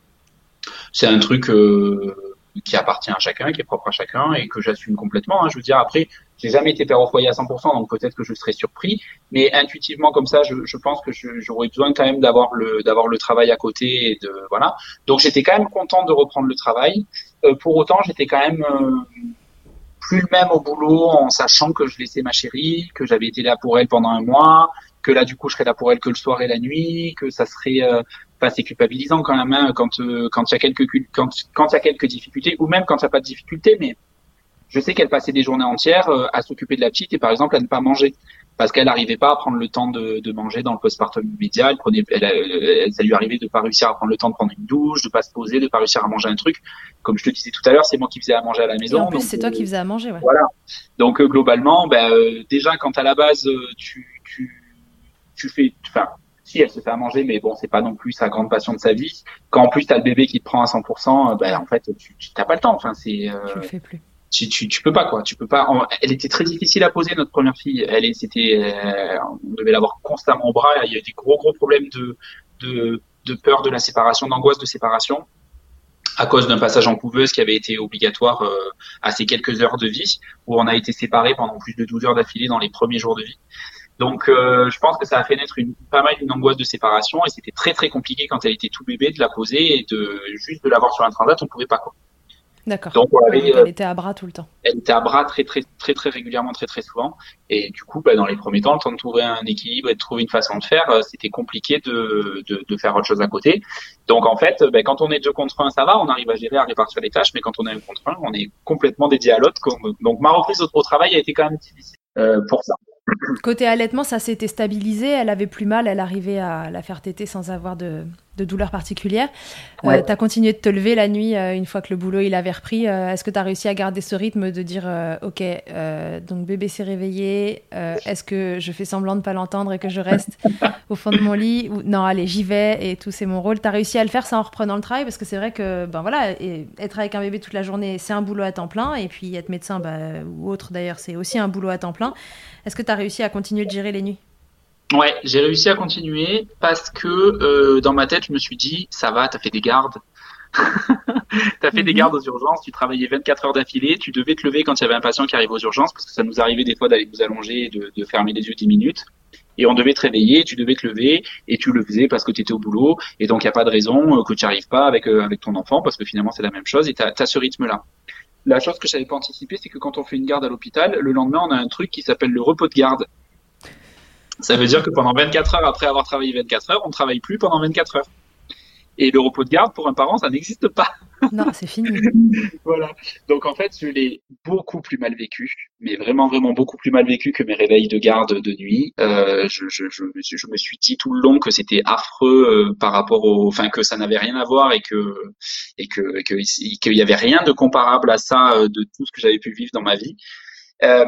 C'est un truc euh, qui appartient à chacun, qui est propre à chacun et que j'assume complètement. Hein. Je veux dire, après, j'ai jamais été père au foyer à cent pour cent, donc peut-être que je serais surpris. Mais intuitivement, comme ça, je, je pense que je, j'aurais besoin quand même d'avoir le, d'avoir le travail à côté et de voilà. Donc j'étais quand même content de reprendre le travail. Euh, pour autant, j'étais quand même euh, plus le même au boulot, en sachant que je laissais ma chérie, que j'avais été là pour elle pendant un mois, que là du coup je serais là pour elle que le soir et la nuit, que ça serait euh, enfin c'est culpabilisant quand même hein, quand euh, quand il y a quelques quand quand il y a quelques difficultés ou même quand il y a pas de difficultés, mais je sais qu'elle passait des journées entières euh, à s'occuper de la petite et par exemple à ne pas manger parce qu'elle n'arrivait pas à prendre le temps de, de manger dans le postpartum immédiat. Elle prenait, elle, elle, ça lui arrivait de pas réussir à prendre le temps de prendre une douche, de pas se poser, de pas réussir à manger un truc. Comme je te disais tout à l'heure, c'est moi qui faisais à manger à la maison. Et en plus, donc, c'est toi euh, qui faisais à manger, ouais. Voilà. Donc euh, globalement, ben euh, déjà quand à la base euh, tu tu tu fais, enfin, si elle se fait à manger, mais bon, c'est pas non plus sa grande passion de sa vie. Quand en plus t'as le bébé qui te prend à cent pour cent, ben en fait, tu, tu t'as pas le temps. Enfin, c'est. Euh, tu le fais plus. Tu, tu, tu peux pas quoi. Tu peux pas. En, elle était très difficile à poser notre première fille. Elle est, c'était, euh, on devait l'avoir constamment au bras. Il y a eu des gros gros problèmes de de de peur de la séparation, d'angoisse de séparation, à cause d'un passage en couveuse qui avait été obligatoire euh, à ces quelques heures de vie, où on a été séparés pendant plus de douze heures d'affilée dans les premiers jours de vie. Donc, euh, je pense que ça a fait naître une, pas mal une angoisse de séparation et c'était très très compliqué quand elle était tout bébé de la poser et de juste de l'avoir sur un transat, on pouvait pas quoi. D'accord. Donc, on avait, Donc elle était à bras tout le temps. Elle était à bras très très très très régulièrement, très très souvent. Et du coup, bah, dans les premiers temps, le temps de trouver un équilibre et de trouver une façon de faire, c'était compliqué de de, de faire autre chose à côté. Donc en fait, bah, quand on est deux contre un, ça va, on arrive à gérer, à répartir les tâches. Mais quand on est un contre un, on est complètement dédié à l'autre. Donc ma reprise au, au travail a été quand même difficile euh, pour ça. Côté allaitement, ça s'était stabilisé, elle avait plus mal, elle arrivait à la faire téter sans avoir de, de douleur particulière. Ouais. Euh, tu as continué de te lever la nuit euh, une fois que le boulot il avait repris. Euh, est-ce que tu as réussi à garder ce rythme de dire euh, ok, euh, donc bébé s'est réveillé, euh, est-ce que je fais semblant de pas l'entendre et que je reste au fond de mon lit ou non, allez, j'y vais et tout, c'est mon rôle. Tu as réussi à le faire ça en reprenant le travail parce que c'est vrai que ben voilà, et être avec un bébé toute la journée, c'est un boulot à temps plein et puis être médecin bah, ou autre d'ailleurs, c'est aussi un boulot à temps plein. Est-ce que tu as réussi à continuer de gérer les nuits ? Ouais, j'ai réussi à continuer parce que euh, dans ma tête, je me suis dit, ça va, t'as fait des gardes. t'as fait mm-hmm. des gardes aux urgences, tu travaillais vingt-quatre heures d'affilée, tu devais te lever quand il y avait un patient qui arrivait aux urgences, parce que ça nous arrivait des fois d'aller nous allonger et de, de fermer les yeux dix minutes. Et on devait te réveiller, tu devais te lever, et tu le faisais parce que tu étais au boulot, et donc il n'y a pas de raison que tu n'y arrives pas avec, euh, avec ton enfant, parce que finalement c'est la même chose, et tu as ce rythme-là. La chose que je n'avais pas anticipée, c'est que quand on fait une garde à l'hôpital, le lendemain, on a un truc qui s'appelle le repos de garde. Ça veut dire que pendant vingt-quatre heures après avoir travaillé vingt-quatre heures, on ne travaille plus pendant vingt-quatre heures. Et le repos de garde, pour un parent, ça n'existe pas. Non, c'est fini. Voilà. Donc, en fait, je l'ai beaucoup plus mal vécu, mais vraiment, vraiment beaucoup plus mal vécu que mes réveils de garde de nuit. Euh, je, je, je, me suis, je me suis dit tout le long que c'était affreux euh, par rapport au, enfin, que ça n'avait rien à voir et que, et que, et que, qu'il y avait rien de comparable à ça euh, de tout ce que j'avais pu vivre dans ma vie. Euh,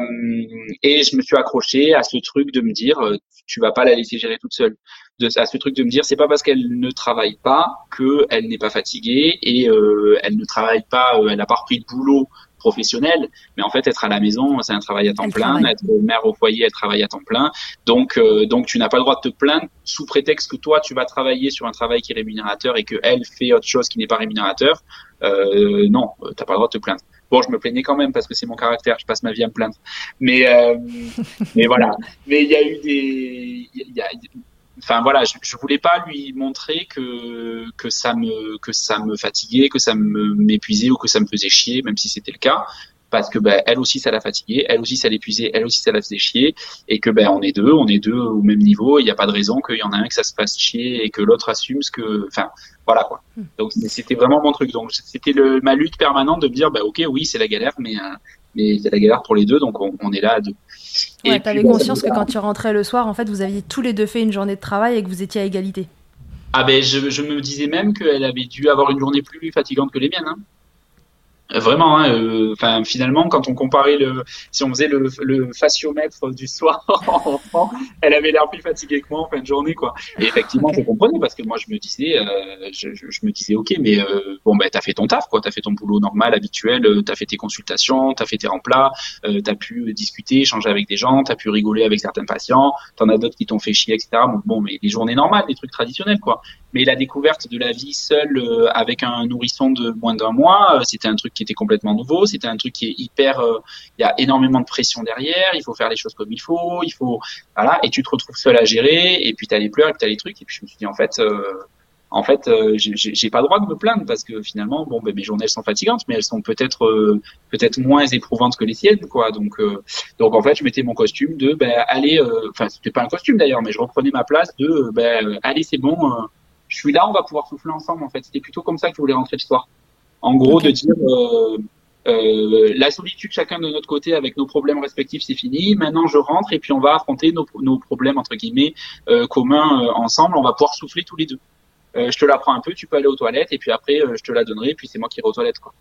et je me suis accroché à ce truc de me dire, euh, tu vas pas la laisser gérer toute seule. De, à ce truc de me dire, c'est pas parce qu'elle ne travaille pas que elle n'est pas fatiguée et euh, elle ne travaille pas, euh, elle n'a pas repris de boulot professionnel, mais en fait être à la maison, c'est un travail à temps elle plein. Travaille. Être mère au foyer, elle travaille à temps plein. Donc, euh, donc tu n'as pas le droit de te plaindre sous prétexte que toi tu vas travailler sur un travail qui est rémunérateur et que elle fait autre chose qui n'est pas rémunérateur. Euh, non, t'as pas le droit de te plaindre. Bon, je me plaignais quand même parce que c'est mon caractère, je passe ma vie à me plaindre. Mais, euh, mais voilà. Mais il y a eu des, il y a, enfin voilà, je, je voulais pas lui montrer que que ça me que ça me fatiguait, que ça me m'épuisait ou que ça me faisait chier, même si c'était le cas. Parce que ben elle aussi ça l'a fatiguée, elle aussi ça l'épuisait, elle aussi ça la faisait chier, et que ben on est deux, on est deux au même niveau, il n'y a pas de raison qu'il y en a un que ça se fasse chier et que l'autre assume ce que, enfin voilà quoi. Donc c'était vraiment mon truc, donc c'était le, ma lutte permanente de me dire bah ok oui c'est la galère, mais euh, mais c'est la galère pour les deux, donc on, on est là à deux. Ouais, t'avais puis, conscience ben, que quand tu rentrais le soir, en fait vous aviez tous les deux fait une journée de travail et que vous étiez à égalité. Ah ben je, je me disais même qu'elle avait dû avoir une journée plus fatigante que les miennes. Hein. Vraiment, hein, euh, enfin finalement, quand on comparait le, si on faisait le, le fasciomètre du soir en enfant, elle avait l'air plus fatiguée que moi en fin de journée, quoi. Et effectivement, okay. Je comprenais parce que moi, je me disais, euh, je, je, je me disais, ok, mais euh, bon, ben t'as fait ton taf, quoi, t'as fait ton boulot normal, habituel, euh, t'as fait tes consultations, t'as fait tes remplats, euh, t'as pu discuter, échanger avec des gens, t'as pu rigoler avec certains patients, t'en as d'autres qui t'ont fait chier, et cetera. Bon, bon, mais des journées normales, des trucs traditionnels, quoi. Mais la découverte de la vie seule euh, avec un nourrisson de moins d'un mois, euh, c'était un truc qui était complètement nouveau, c'était un truc qui est hyper, il euh, y a énormément de pression derrière, il faut faire les choses comme il faut, il faut, voilà, et tu te retrouves seul à gérer, et puis t'as les pleurs, et puis t'as les trucs, et puis je me suis dit en fait, euh, en fait, euh, j'ai, j'ai pas le droit de me plaindre parce que finalement, bon, ben mes journées elles sont fatigantes, mais elles sont peut-être, euh, peut-être moins éprouvantes que les siennes, quoi. Donc, euh, donc en fait, je mettais mon costume de, ben allez, enfin euh, c'était pas un costume d'ailleurs, mais je reprenais ma place de, ben allez c'est bon. Euh, je suis là, on va pouvoir souffler ensemble, en fait. C'était plutôt comme ça que je voulais rentrer le soir. En gros, okay. de dire, euh, euh, la solitude chacun de notre côté avec nos problèmes respectifs, c'est fini. Maintenant, je rentre et puis on va affronter nos, nos problèmes, entre guillemets, euh, communs euh, ensemble. On va pouvoir souffler tous les deux. Euh, je te la prends un peu, tu peux aller aux toilettes et puis après, euh, je te la donnerai et puis c'est moi qui irai aux toilettes, quoi.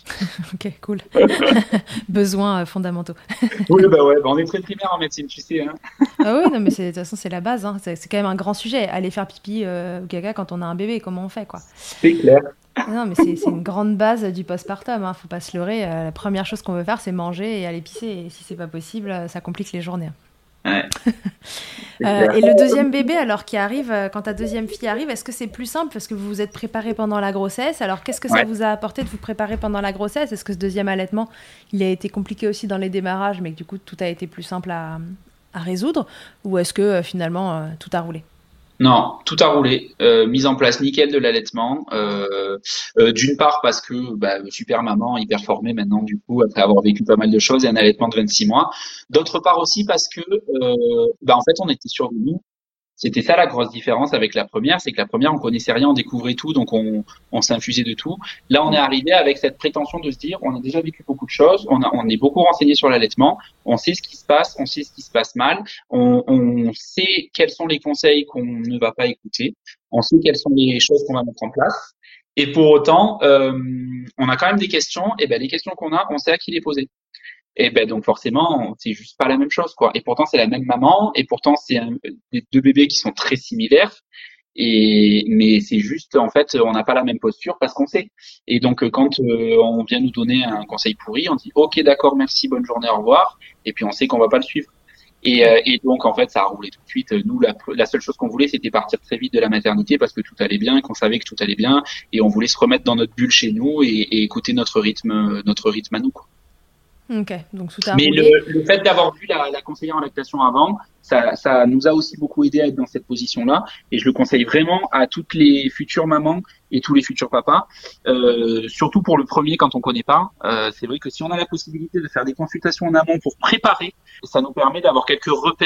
Ok, cool. Besoins euh, fondamentaux. Oui, bah ouais, bah on est très primaire en médecine, tu sais. Hein. Ah oui, non, mais c'est, de toute façon, c'est la base. Hein. C'est, c'est quand même un grand sujet. Aller faire pipi euh, ou caca quand on a un bébé, comment on fait, quoi. C'est clair. Non, mais c'est, c'est une grande base du postpartum. Hein. Faut pas se leurrer. Euh, la première chose qu'on veut faire, c'est manger et aller pisser. Et si c'est pas possible, ça complique les journées. Ouais. euh, et le deuxième bébé, alors qui arrive, quand ta deuxième fille arrive, est-ce que c'est plus simple parce que vous vous êtes préparé pendant la grossesse? Alors qu'est-ce que ça ouais. vous a apporté de vous préparer pendant la grossesse? Est-ce que ce deuxième allaitement, il a été compliqué aussi dans les démarrages, mais que du coup tout a été plus simple à, à résoudre? Ou est-ce que euh, finalement euh, tout a roulé? Non, tout a roulé. Euh, mise en place nickel de l'allaitement. Euh, euh, d'une part parce que bah, super maman, hyper formée maintenant du coup après avoir vécu pas mal de choses et un allaitement de vingt-six mois. D'autre part aussi parce que euh, bah en fait on était sur nous. C'était ça la grosse différence avec la première, c'est que la première on connaissait rien, on découvrait tout, donc on, on s'infusait de tout. Là on est arrivé avec cette prétention de se dire on a déjà vécu beaucoup de choses, on, a, on est beaucoup renseigné sur l'allaitement, on sait ce qui se passe, on sait ce qui se passe mal, on, on sait quels sont les conseils qu'on ne va pas écouter, on sait quelles sont les choses qu'on va mettre en place. Et pour autant, euh, on a quand même des questions, et ben les questions qu'on a, on sait à qui les poser. Et ben donc forcément, c'est juste pas la même chose, quoi. Et pourtant c'est la même maman, et pourtant c'est un, des deux bébés qui sont très similaires. Et mais c'est juste en fait, on n'a pas la même posture parce qu'on sait. Et donc quand euh, on vient nous donner un conseil pourri, on dit ok d'accord merci bonne journée au revoir. Et puis on sait qu'on va pas le suivre. Et, euh, et donc en fait ça a roulé tout de suite. Nous la, la seule chose qu'on voulait c'était partir très vite de la maternité parce que tout allait bien, qu'on savait que tout allait bien, et on voulait se remettre dans notre bulle chez nous et, et écouter notre rythme, notre rythme à nous, quoi. Ok, donc tout a Mais roulé. le, le fait d'avoir vu la, la conseillère en lactation avant, ça, ça nous a aussi beaucoup aidé à être dans cette position-là. Et je le conseille vraiment à toutes les futures mamans et tous les futurs papas, euh, surtout pour le premier quand on connaît pas. Euh, c'est vrai que si on a la possibilité de faire des consultations en amont pour préparer, ça nous permet d'avoir quelques repères. Ça nous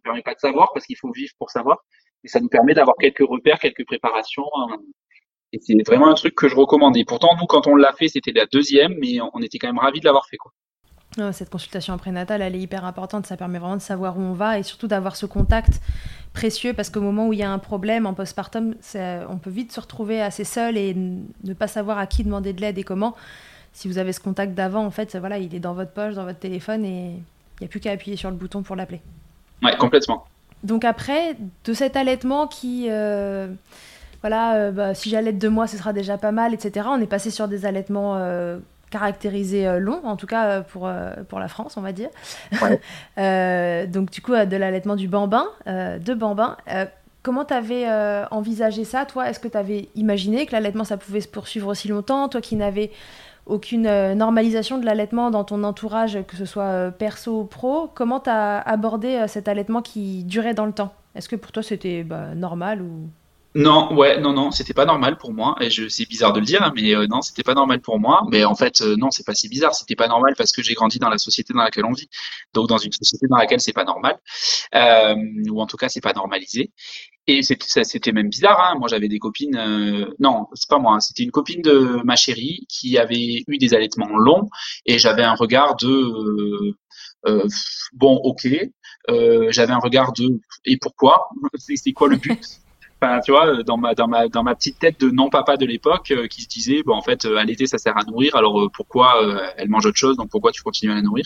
nous permet pas de savoir parce qu'il faut vivre pour savoir. Et ça nous permet d'avoir quelques repères, quelques préparations. Euh, et c'est vraiment un truc que je recommande. Et pourtant, nous, quand on l'a fait, c'était la deuxième, mais on était quand même ravis de l'avoir fait, quoi. Cette consultation prénatale, elle est hyper importante. Ça permet vraiment de savoir où on va et surtout d'avoir ce contact précieux parce qu'au moment où il y a un problème en postpartum, on peut vite se retrouver assez seul et ne pas savoir à qui demander de l'aide et comment. Si vous avez ce contact d'avant, en fait, voilà, il est dans votre poche, dans votre téléphone et il n'y a plus qu'à appuyer sur le bouton pour l'appeler. Ouais, complètement. Donc après, de cet allaitement qui... Euh, voilà, euh, bah, si j'allaite deux mois, ce sera déjà pas mal, et cetera. On est passé sur des allaitements... Euh, caractérisé euh, long, en tout cas pour, euh, pour la France, on va dire. Ouais. euh, donc, du coup, euh, de l'allaitement du bambin, euh, de bambin. Euh, comment tu avais euh, envisagé ça, toi ? Est-ce que tu avais imaginé que l'allaitement, ça pouvait se poursuivre aussi longtemps ? Toi qui n'avais aucune euh, normalisation de l'allaitement dans ton entourage, que ce soit euh, perso ou pro, comment tu as abordé euh, cet allaitement qui durait dans le temps ? Est-ce que pour toi, c'était bah, normal ou... Non, ouais, non, non, c'était pas normal pour moi. Et je, c'est bizarre de le dire, hein, mais euh, non, c'était pas normal pour moi. Mais en fait, euh, non, c'est pas si bizarre. C'était pas normal parce que j'ai grandi dans la société dans laquelle on vit. Donc, dans une société dans laquelle c'est pas normal, euh, ou en tout cas, c'est pas normalisé. Et c'était, ça, c'était même bizarre. Hein. Moi, j'avais des copines. Euh, non, c'est pas moi. Hein, c'était une copine de ma chérie qui avait eu des allaitements longs, et j'avais un regard de euh, euh, bon, ok. Euh, j'avais un regard de et pourquoi ? C'est, c'est quoi le but ? Enfin, tu vois, dans ma dans ma dans ma petite tête de non-papa de l'époque, euh, qui se disait, bon, en fait, euh, à l'été, ça sert à nourrir, alors euh, pourquoi euh, elle mange autre chose, donc pourquoi tu continues à la nourrir ?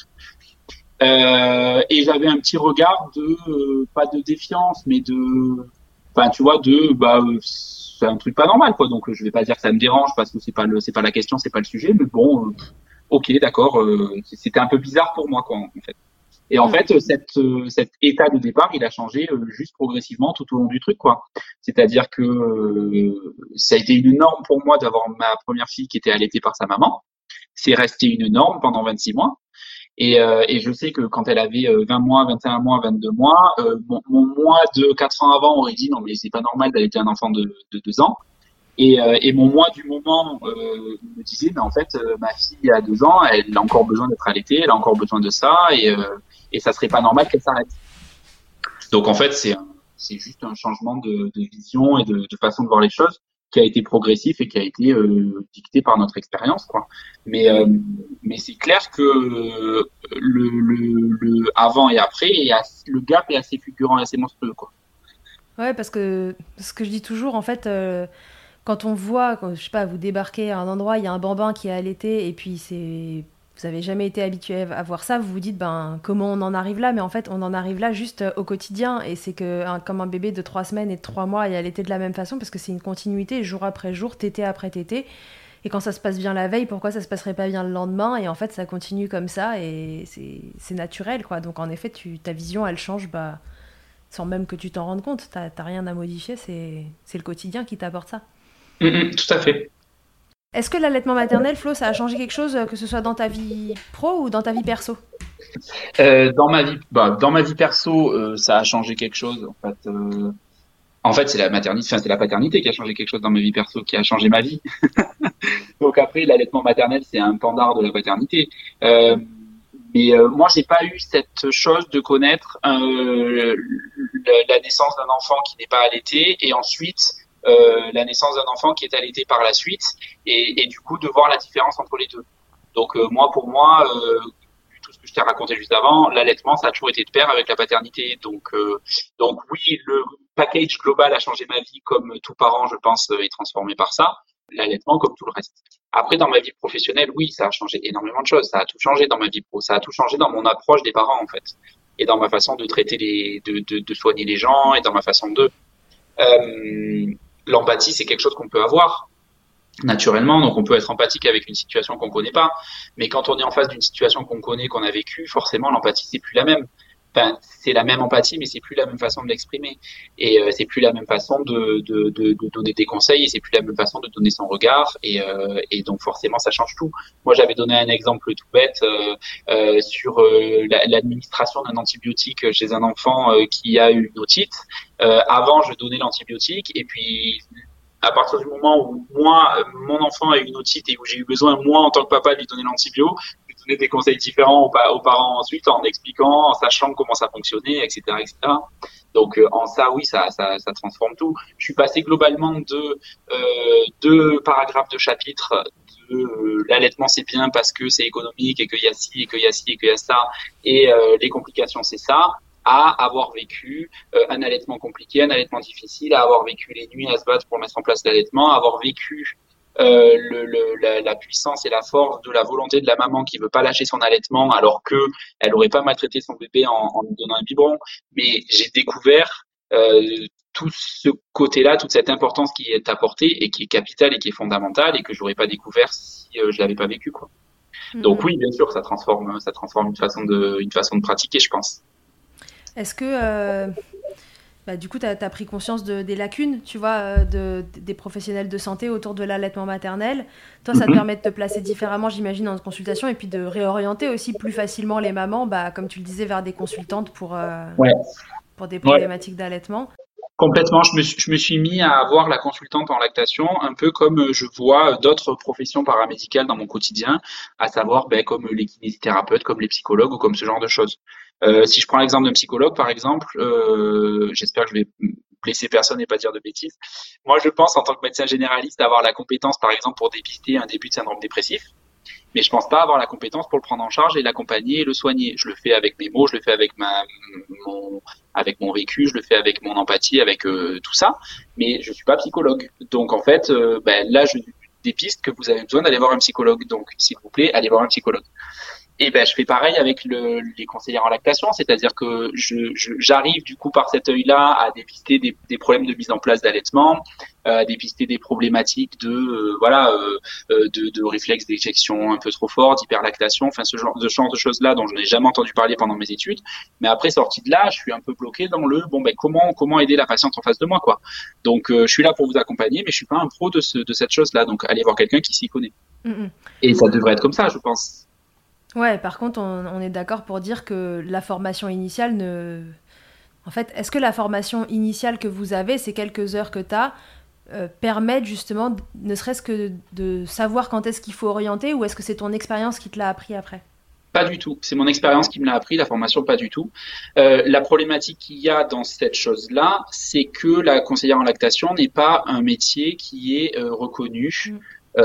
euh, Et j'avais un petit regard de euh, pas de défiance, mais de, enfin, tu vois, de bah euh, c'est un truc pas normal, quoi. Donc je vais pas dire que ça me dérange parce que c'est pas le c'est pas la question, c'est pas le sujet, mais bon, euh, ok, d'accord, euh, c'était un peu bizarre pour moi, quoi, en fait. Et en fait, cette, euh, cet état de départ, il a changé euh, juste progressivement tout au long du truc, quoi. C'est-à-dire que euh, ça a été une norme pour moi d'avoir ma première fille qui était allaitée par sa maman. C'est resté une norme pendant vingt-six mois. Et, euh, et je sais que quand elle avait euh, vingt mois, vingt et un mois, vingt-deux mois, euh, mon, mon moi de quatre ans avant aurait dit non mais c'est pas normal d'allaiter un enfant de, de deux ans. Et, euh, et mon moi du moment euh, me disait mais en fait euh, ma fille a deux ans, elle a encore besoin d'être allaitée, elle a encore besoin de ça et euh, et ça serait pas normal qu'elle s'arrête. Donc en fait c'est un, c'est juste un changement de, de vision et de, de façon de voir les choses qui a été progressif et qui a été euh, dicté par notre expérience, quoi. Mais euh, mais c'est clair que le, le le avant et après et le gap est assez fulgurant et assez monstrueux, quoi. Ouais, parce que ce que je dis toujours en fait. Euh... Quand on voit, quand, je sais pas, vous débarquez à un endroit, il y a un bambin qui est allaité et puis c'est, vous avez jamais été habitué à voir ça, vous vous dites ben comment on en arrive là, mais en fait on en arrive là juste au quotidien et c'est que un, comme un bébé de trois semaines et de trois mois est allaité de la même façon parce que c'est une continuité jour après jour, tété après tété et quand ça se passe bien la veille, pourquoi ça se passerait pas bien le lendemain et en fait ça continue comme ça et c'est, c'est naturel quoi. Donc en effet tu, ta vision elle change bah, sans même que tu t'en rendes compte, t'as, t'as rien à modifier, c'est, c'est le quotidien qui t'apporte ça. Mmh, tout à fait. Est-ce que l'allaitement maternel, Flo, ça a changé quelque chose, que ce soit dans ta vie pro ou dans ta vie perso ? euh, Dans ma vie, bah, dans ma vie perso, euh, ça a changé quelque chose. En fait, euh, en fait, c'est la maternité, enfin c'est la paternité qui a changé quelque chose dans ma vie perso, qui a changé ma vie. Donc après, l'allaitement maternel, c'est un pendard de la paternité. Euh, mais euh, moi, j'ai pas eu cette chose de connaître euh, la, la naissance d'un enfant qui n'est pas allaité et ensuite Euh, la naissance d'un enfant qui est allaité par la suite et, et du coup de voir la différence entre les deux. Donc euh, moi pour moi euh, tout ce que je t'ai raconté juste avant, l'allaitement ça a toujours été de pair avec la paternité. Donc euh, donc oui, le package global a changé ma vie comme tout parent je pense est transformé par ça. L'allaitement comme tout le reste. Après dans ma vie professionnelle, oui, ça a changé énormément de choses, ça a tout changé dans ma vie pro, ça a tout changé dans mon approche des parents en fait et dans ma façon de traiter les de de, de soigner les gens et dans ma façon de euh, l'empathie, c'est quelque chose qu'on peut avoir naturellement, donc on peut être empathique avec une situation qu'on connaît pas, mais quand on est en face d'une situation qu'on connaît, qu'on a vécue, forcément l'empathie c'est plus la même. Enfin, c'est la même empathie, mais c'est plus la même façon de l'exprimer, et euh, c'est plus la même façon de, de, de, de donner des conseils, et c'est plus la même façon de donner son regard, et, euh, et donc forcément ça change tout. Moi, j'avais donné un exemple tout bête euh, euh, sur euh, la, l'administration d'un antibiotique chez un enfant euh, qui a eu une otite. Euh, avant, je donnais l'antibiotique, et puis à partir du moment où moi, mon enfant a eu une otite et où j'ai eu besoin, moi, en tant que papa, de lui donner l'antibio, donner des conseils différents aux, aux parents ensuite, en expliquant, en sachant comment ça fonctionnait, et cetera, et cetera. Donc euh, en ça, oui, ça, ça, ça transforme tout. Je suis passé globalement de euh, deux paragraphes de chapitre de euh, l'allaitement c'est bien parce que c'est économique et qu'il y a ci et qu'il y a ci et qu'il y a ça et euh, les complications c'est ça, à avoir vécu euh, un allaitement compliqué, un allaitement difficile, à avoir vécu les nuits à se battre pour mettre en place l'allaitement, à avoir vécu euh, le, le, la, la puissance et la force de la volonté de la maman qui veut pas lâcher son allaitement alors que elle aurait pas maltraité son bébé en, en lui donnant un biberon. Mais j'ai découvert euh, tout ce côté-là, toute cette importance qui est apportée et qui est capitale et qui est fondamentale et que j'aurais pas découvert si euh, je l'avais pas vécu, quoi. Mmh. Donc oui, bien sûr, ça transforme, ça transforme une façon de, une façon de pratiquer, je pense. Est-ce que euh, bah, du coup, tu as pris conscience de, des lacunes, tu vois, de, des professionnels de santé autour de l'allaitement maternel. Toi, ça te mm-hmm. permet de te placer différemment, j'imagine, en consultation et puis de réorienter aussi plus facilement les mamans, bah, comme tu le disais, vers des consultantes pour, euh, ouais. pour des problématiques ouais. d'allaitement. Complètement, je me, suis, je me suis mis à voir la consultante en lactation un peu comme je vois d'autres professions paramédicales dans mon quotidien, à savoir ben, comme les kinésithérapeutes, comme les psychologues ou comme ce genre de choses. Euh, si je prends l'exemple d'un psychologue, par exemple, euh, j'espère que je vais blesser personne et pas dire de bêtises. Moi, je pense en tant que médecin généraliste avoir la compétence, par exemple, pour dépister un début de syndrome dépressif. Mais je pense pas avoir la compétence pour le prendre en charge et l'accompagner et le soigner. Je le fais avec mes mots, je le fais avec ma, mon, avec mon vécu, je le fais avec mon empathie, avec euh, tout ça. Mais je suis pas psychologue. Donc en fait, euh, ben là, je dépiste que vous avez besoin d'aller voir un psychologue. Donc s'il vous plaît, allez voir un psychologue. Et ben je fais pareil avec le, les conseillères en lactation, c'est-à-dire que je, je j'arrive du coup par cet œil-là à dépister des, des problèmes de mise en place d'allaitement, euh, à dépister des problématiques de euh, voilà euh, de, de réflexes d'éjection un peu trop fort, d'hyperlactation, enfin ce genre de genre de choses-là dont je n'ai jamais entendu parler pendant mes études. Mais après sortie de là, je suis un peu bloqué dans le bon ben comment comment aider la patiente en face de moi quoi. Donc euh, je suis là pour vous accompagner, mais je suis pas un pro de ce de cette chose-là. Donc allez voir quelqu'un qui s'y connaît. Mm-hmm. Et ça devrait être comme ça, je pense. Ouais, par contre, on, on est d'accord pour dire que la formation initiale ne... En fait, est-ce que la formation initiale que vous avez, ces quelques heures que tu as, euh, permettent justement, ne serait-ce que de savoir quand est-ce qu'il faut orienter, ou est-ce que c'est ton expérience qui te l'a appris après ? Pas du tout. C'est mon expérience qui me l'a appris, la formation, pas du tout. Euh, la problématique qu'il y a dans cette chose-là, c'est que la conseillère en lactation n'est pas un métier qui est euh, reconnu. Mmh.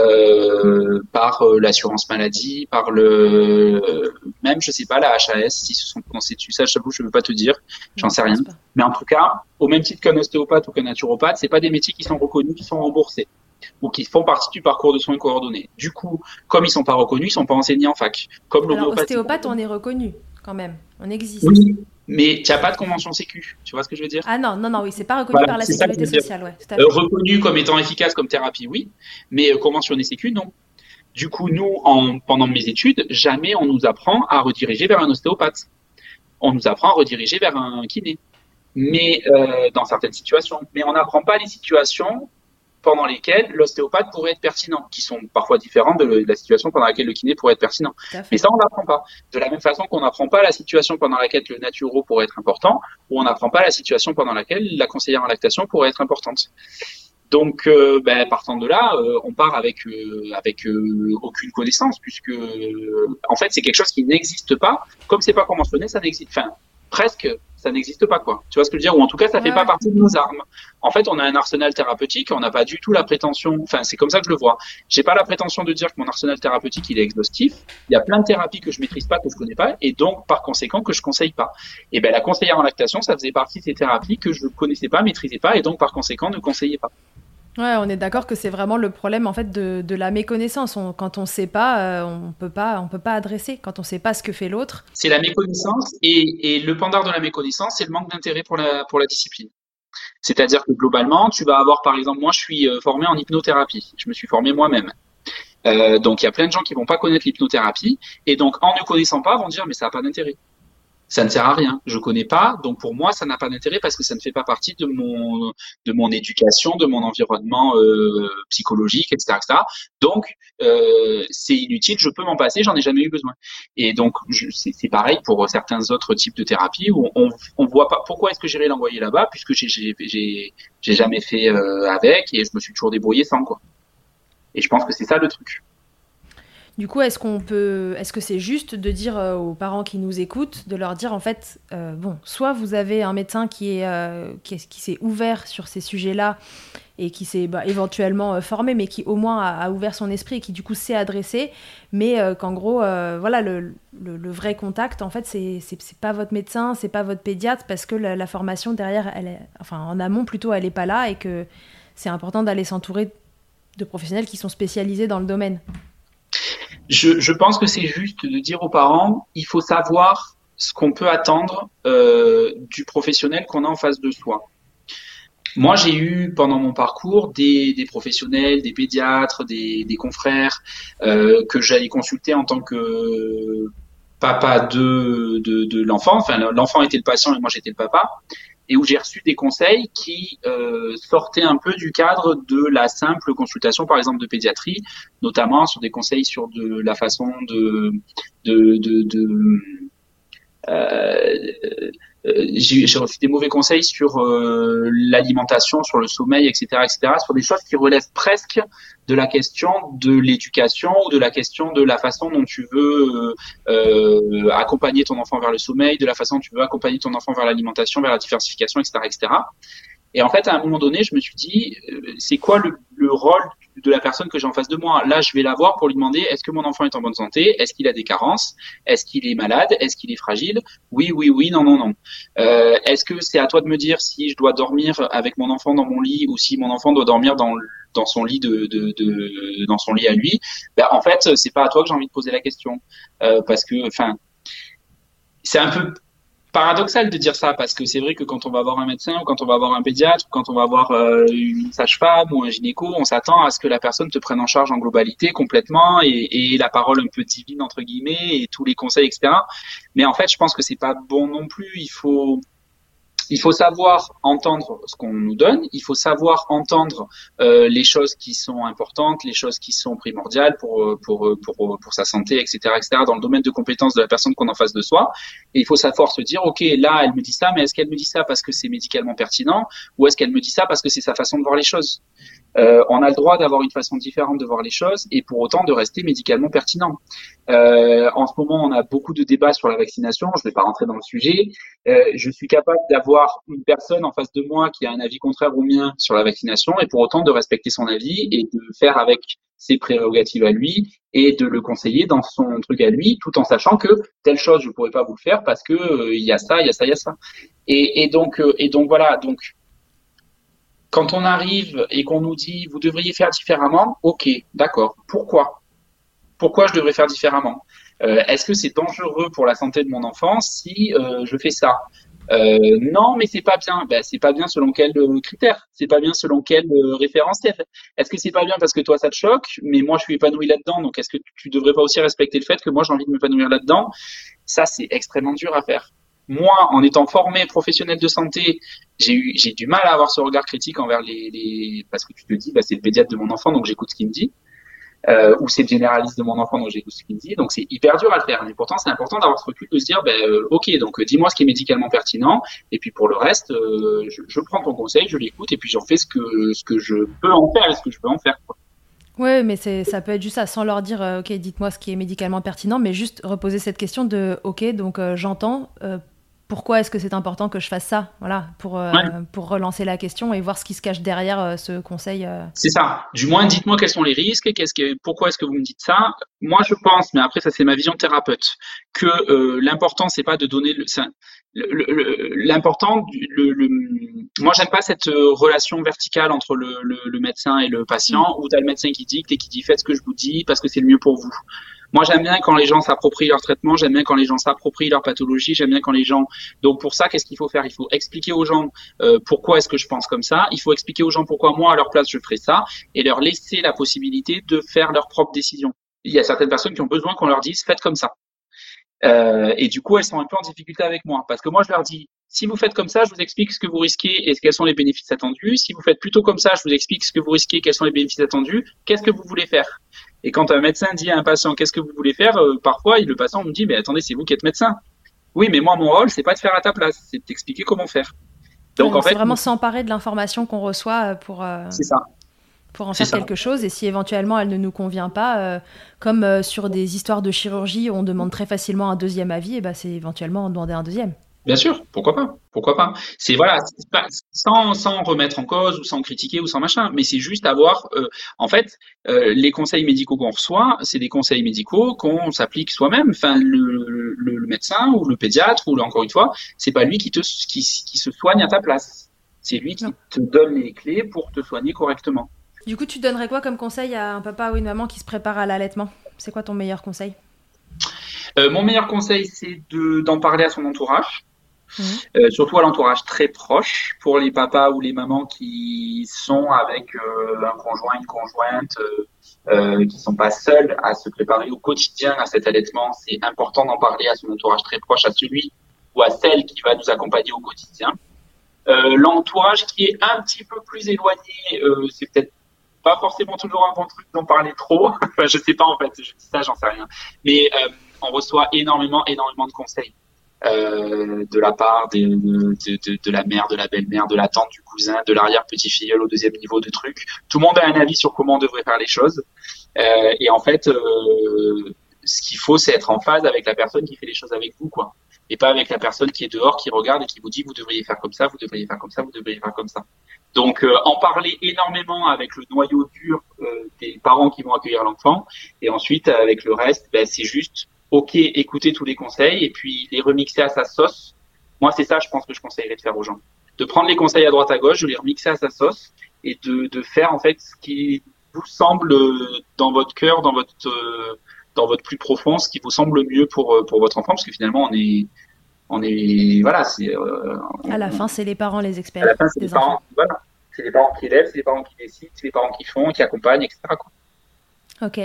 Euh, par euh, l'assurance maladie, par le euh, même je sais pas la H A S si ce sont prononcés dessus, ça j'avoue je veux pas te dire, j'en sais rien. Mais en tout cas, au même titre qu'un ostéopathe ou qu'un naturopathe, c'est pas des métiers qui sont reconnus, qui sont remboursés ou qui font partie du parcours de soins coordonnés. Du coup, comme ils sont pas reconnus, ils sont pas enseignés en fac. Comme l'homéopathie. Alors ostéopathe, on est reconnu quand même, on existe. Oui. Mais tu n'as pas de convention sécu, tu vois ce que je veux dire ? Ah non, non, non, oui, c'est pas reconnu voilà, par la sécurité sociale, ouais. Euh, reconnu comme étant efficace comme thérapie, oui, mais euh, conventionné sécu, non. Du coup, nous, en, pendant mes études, jamais on nous apprend à rediriger vers un ostéopathe. On nous apprend à rediriger vers un kiné, mais euh, dans certaines situations. Mais on n'apprend pas les situations pendant lesquelles l'ostéopathe pourrait être pertinent, qui sont parfois différentes de, le, de la situation pendant laquelle le kiné pourrait être pertinent. Mais ça, on n'apprend pas. De la même façon qu'on n'apprend pas la situation pendant laquelle le naturo pourrait être important, ou on n'apprend pas la situation pendant laquelle la conseillère en lactation pourrait être importante. Donc, euh, ben, partant de là, euh, on part avec euh, avec euh, aucune connaissance, puisque euh, en fait, c'est quelque chose qui n'existe pas. Comme c'est pas conventionné, ça n'existe. Enfin, presque, ça n'existe pas, quoi. Tu vois ce que je veux dire ? Ou en tout cas, ça fait ouais. pas partie de nos armes. En fait, on a un arsenal thérapeutique, on n'a pas du tout la prétention, enfin, c'est comme ça que je le vois. J'ai pas la prétention de dire que mon arsenal thérapeutique, il est exhaustif. Il y a plein de thérapies que je maîtrise pas, que je connais pas, et donc, par conséquent, que je conseille pas. Et ben, la conseillère en lactation, ça faisait partie de ces thérapies que je connaissais pas, maîtrisais pas, et donc, par conséquent, ne conseillais pas. Ouais, on est d'accord que c'est vraiment le problème en fait de, de la méconnaissance. On, quand on ne sait pas, euh, on peut pas, on peut pas adresser. Quand on ne sait pas ce que fait l'autre. C'est la méconnaissance et, et le pendant de la méconnaissance, c'est le manque d'intérêt pour la pour la discipline. C'est-à-dire que globalement, tu vas avoir par exemple, moi je suis formé en hypnothérapie. Je me suis formé moi-même. Euh, donc il y a plein de gens qui vont pas connaître l'hypnothérapie et donc en ne connaissant pas vont dire mais ça n'a pas d'intérêt. Ça ne sert à rien. Je connais pas, donc pour moi, ça n'a pas d'intérêt parce que ça ne fait pas partie de mon de mon éducation, de mon environnement euh, psychologique, et cetera, et cetera. Donc euh, c'est inutile. Je peux m'en passer. J'en ai jamais eu besoin. Et donc je, c'est, c'est pareil pour certains autres types de thérapies où on on voit pas pourquoi est-ce que j'irais l'envoyer là-bas puisque j'ai j'ai j'ai j'ai jamais fait euh, avec et je me suis toujours débrouillé sans quoi. Et je pense que c'est ça le truc. Du coup, est-ce qu'on peut, est-ce que c'est juste de dire euh, aux parents qui nous écoutent, de leur dire en fait, euh, bon, soit vous avez un médecin qui est, euh, qui, est, qui s'est ouvert sur ces sujets-là et qui s'est bah, éventuellement euh, formé, mais qui au moins a, a ouvert son esprit et qui du coup s'est adressé, mais euh, qu'en gros, euh, voilà, le, le, le vrai contact, en fait, c'est, c'est, c'est pas votre médecin, c'est pas votre pédiatre, parce que la, la formation derrière, elle est, enfin en amont plutôt, elle est pas là et que c'est important d'aller s'entourer de professionnels qui sont spécialisés dans le domaine. Je, je pense que c'est juste de dire aux parents, il faut savoir ce qu'on peut attendre euh, du professionnel qu'on a en face de soi. Moi, j'ai eu pendant mon parcours des, des professionnels, des pédiatres, des, des confrères euh, que j'allais consulter en tant que papa de, de, de l'enfant. Enfin, l'enfant était le patient et moi j'étais le papa. Et où j'ai reçu des conseils qui euh, sortaient un peu du cadre de la simple consultation, par exemple, de pédiatrie, notamment sur des conseils sur de la façon de... de, de, de euh, j'ai, j'ai reçu des mauvais conseils sur euh, l'alimentation, sur le sommeil, et cetera, et cetera, sur des choses qui relèvent presque de la question de l'éducation ou de la question de la façon dont tu veux euh, euh, accompagner ton enfant vers le sommeil, de la façon dont tu veux accompagner ton enfant vers l'alimentation, vers la diversification, et cetera, et cetera. Et en fait, à un moment donné, je me suis dit, euh, c'est quoi le, le rôle de la personne que j'ai en face de moi? Là, je vais la voir pour lui demander, est-ce que mon enfant est en bonne santé? Est-ce qu'il a des carences? Est-ce qu'il est malade? Est-ce qu'il est fragile? Oui, oui, oui, non, non, non. Euh, est-ce que c'est à toi de me dire si je dois dormir avec mon enfant dans mon lit ou si mon enfant doit dormir dans dans son lit de, de, de dans son lit à lui? Ben, en fait, c'est pas à toi que j'ai envie de poser la question, euh, parce que, enfin, c'est un peu paradoxal de dire ça, parce que c'est vrai que quand on va voir un médecin ou quand on va voir un pédiatre ou quand on va voir euh, une sage-femme ou un gynéco, on s'attend à ce que la personne te prenne en charge en globalité complètement et, et la parole un peu divine entre guillemets et tous les conseils, et cetera. Mais en fait, je pense que c'est pas bon non plus. Il faut Il faut savoir entendre ce qu'on nous donne, il faut savoir entendre euh, les choses qui sont importantes, les choses qui sont primordiales pour pour pour pour sa santé, et cetera, et cetera, dans le domaine de compétences de la personne qu'on a en face de soi. Et il faut savoir se dire, ok, là, elle me dit ça, mais est-ce qu'elle me dit ça parce que c'est médicalement pertinent ou est-ce qu'elle me dit ça parce que c'est sa façon de voir les choses? Euh, on a le droit d'avoir une façon différente de voir les choses et pour autant de rester médicalement pertinent. Euh, en ce moment, on a beaucoup de débats sur la vaccination. Je ne vais pas rentrer dans le sujet. Euh, je suis capable d'avoir une personne en face de moi qui a un avis contraire au mien sur la vaccination et pour autant de respecter son avis et de faire avec ses prérogatives à lui et de le conseiller dans son truc à lui, tout en sachant que telle chose je ne pourrais pas vous le faire parce que euh, il y a ça, il y a ça, il y a ça. Et, et donc, euh, et donc voilà. Donc quand on arrive et qu'on nous dit vous devriez faire différemment, ok, d'accord. Pourquoi? Pourquoi je devrais faire différemment? euh, Est-ce que c'est dangereux pour la santé de mon enfant si euh, je fais ça? euh, Non, mais c'est pas bien. Ben, c'est pas bien selon quel euh, critère? C'est pas bien selon quel euh, référentiel? Est-ce que c'est pas bien parce que toi ça te choque, mais moi je suis épanoui là-dedans, donc est-ce que tu devrais pas aussi respecter le fait que moi j'ai envie de m'épanouir là-dedans? Ça, c'est extrêmement dur à faire. Moi, en étant formé professionnel de santé, j'ai eu, j'ai du mal à avoir ce regard critique envers les, les... parce que tu te dis, bah, c'est le pédiatre de mon enfant, donc j'écoute ce qu'il me dit, euh, ou c'est le généraliste de mon enfant, donc j'écoute ce qu'il me dit, donc c'est hyper dur à le faire. Mais pourtant, c'est important d'avoir ce recul de se dire, bah, euh, ok, donc dis-moi ce qui est médicalement pertinent, et puis pour le reste, euh, je, je prends ton conseil, je l'écoute, et puis j'en fais ce que ce que je peux en faire et ce que je peux en faire, quoi. Ouais, mais c'est, ça peut être juste ça, sans leur dire, euh, ok, dites-moi ce qui est médicalement pertinent, mais juste reposer cette question de, ok, donc euh, j'entends. Euh, Pourquoi est-ce que c'est important que je fasse ça? Voilà, pour, euh, ouais. pour relancer la question et voir ce qui se cache derrière euh, ce conseil. Euh... C'est ça. Du moins, dites-moi quels sont les risques, qu'est-ce que, pourquoi est-ce que vous me dites ça? Moi, je pense, mais après, ça c'est ma vision de thérapeute, que euh, l'important, c'est pas de donner le... C'est, le, le l'important, le, le, moi, j'aime pas cette relation verticale entre le, le, le médecin et le patient, mmh. où t'as le médecin qui dicte et qui dit faites ce que je vous dis parce que c'est le mieux pour vous. Moi, j'aime bien quand les gens s'approprient leur traitement, j'aime bien quand les gens s'approprient leur pathologie, j'aime bien quand les gens... Donc pour ça, qu'est-ce qu'il faut faire? Il faut expliquer aux gens euh, pourquoi est-ce que je pense comme ça, il faut expliquer aux gens pourquoi moi, à leur place, je ferais ça, et leur laisser la possibilité de faire leur propre décision. Il y a certaines personnes qui ont besoin qu'on leur dise « faites comme ça ». Euh, et du coup, elles sont un peu en difficulté avec moi, parce que moi, je leur dis « si vous faites comme ça, je vous explique ce que vous risquez et quels sont les bénéfices attendus. Si vous faites plutôt comme ça, je vous explique ce que vous risquez, quels sont les bénéfices attendus. Qu'est-ce que vous voulez faire ?» Et quand un médecin dit à un patient « qu'est-ce que vous voulez faire ?» euh, parfois, le patient me dit « mais attendez, c'est vous qui êtes médecin. » Oui, mais moi, mon rôle, c'est pas de faire à ta place, c'est de t'expliquer comment faire. Donc, ouais, en fait, c'est vraiment s'emparer de l'information qu'on reçoit pour... Euh... C'est ça. pour en faire quelque chose, et si éventuellement elle ne nous convient pas, euh, comme euh, sur des histoires de chirurgie où on demande très facilement un deuxième avis, et ben c'est éventuellement en demander un deuxième. Bien sûr, pourquoi pas, pourquoi pas. C'est voilà, c'est pas, sans sans remettre en cause ou sans critiquer ou sans machin, mais c'est juste avoir, euh, en fait, euh, les conseils médicaux qu'on reçoit, c'est des conseils médicaux qu'on s'applique soi-même. Enfin, le, le, le médecin ou le pédiatre ou le, encore une fois, c'est pas lui qui te qui, qui se soigne à ta place. C'est lui qui non. te donne les clés pour te soigner correctement. Du coup, tu donnerais quoi comme conseil à un papa ou une maman qui se prépare à l'allaitement ? C'est quoi ton meilleur conseil ? euh, Mon meilleur conseil, c'est de d'en parler à son entourage. Mmh. Euh, surtout à l'entourage très proche, pour les papas ou les mamans qui sont avec euh, un conjoint, une conjointe, euh, euh, qui sont pas seuls à se préparer au quotidien à cet allaitement. C'est important d'en parler à son entourage très proche, à celui ou à celle qui va nous accompagner au quotidien. Euh, l'entourage qui est un petit peu plus éloigné, euh, c'est peut-être pas forcément toujours un bon truc d'en parler trop. Enfin, je sais pas en fait, je dis ça, j'en sais rien. Mais euh, on reçoit énormément, énormément de conseils. Euh, de la part de, de, de, de la mère, de la belle-mère, de la tante, du cousin, de l'arrière-petit-filleul au deuxième niveau de trucs. Tout le monde a un avis sur comment on devrait faire les choses. Euh, et en fait, euh, ce qu'il faut, c'est être en phase avec la personne qui fait les choses avec vous, quoi. Et pas avec la personne qui est dehors, qui regarde et qui vous dit vous devriez faire comme ça, vous devriez faire comme ça, vous devriez faire comme ça. Donc, euh, en parler énormément avec le noyau dur euh, des parents qui vont accueillir l'enfant. Et ensuite, avec le reste, ben, c'est juste ok, écouter tous les conseils et puis les remixer à sa sauce. Moi, c'est ça, je pense que je conseillerais de faire aux gens. De prendre les conseils à droite à gauche, de les remixer à sa sauce et de, de faire en fait ce qui vous semble dans votre cœur, dans votre euh, dans votre plus profond, ce qui vous semble mieux pour pour votre enfant, parce que finalement, on est on est voilà, c'est euh, on, à la fin, c'est les parents les experts. À la fin, c'est les parents, voilà, c'est les parents qui élèvent, c'est les parents qui décident, c'est les parents qui font, qui accompagnent, et cetera quoi. Ok.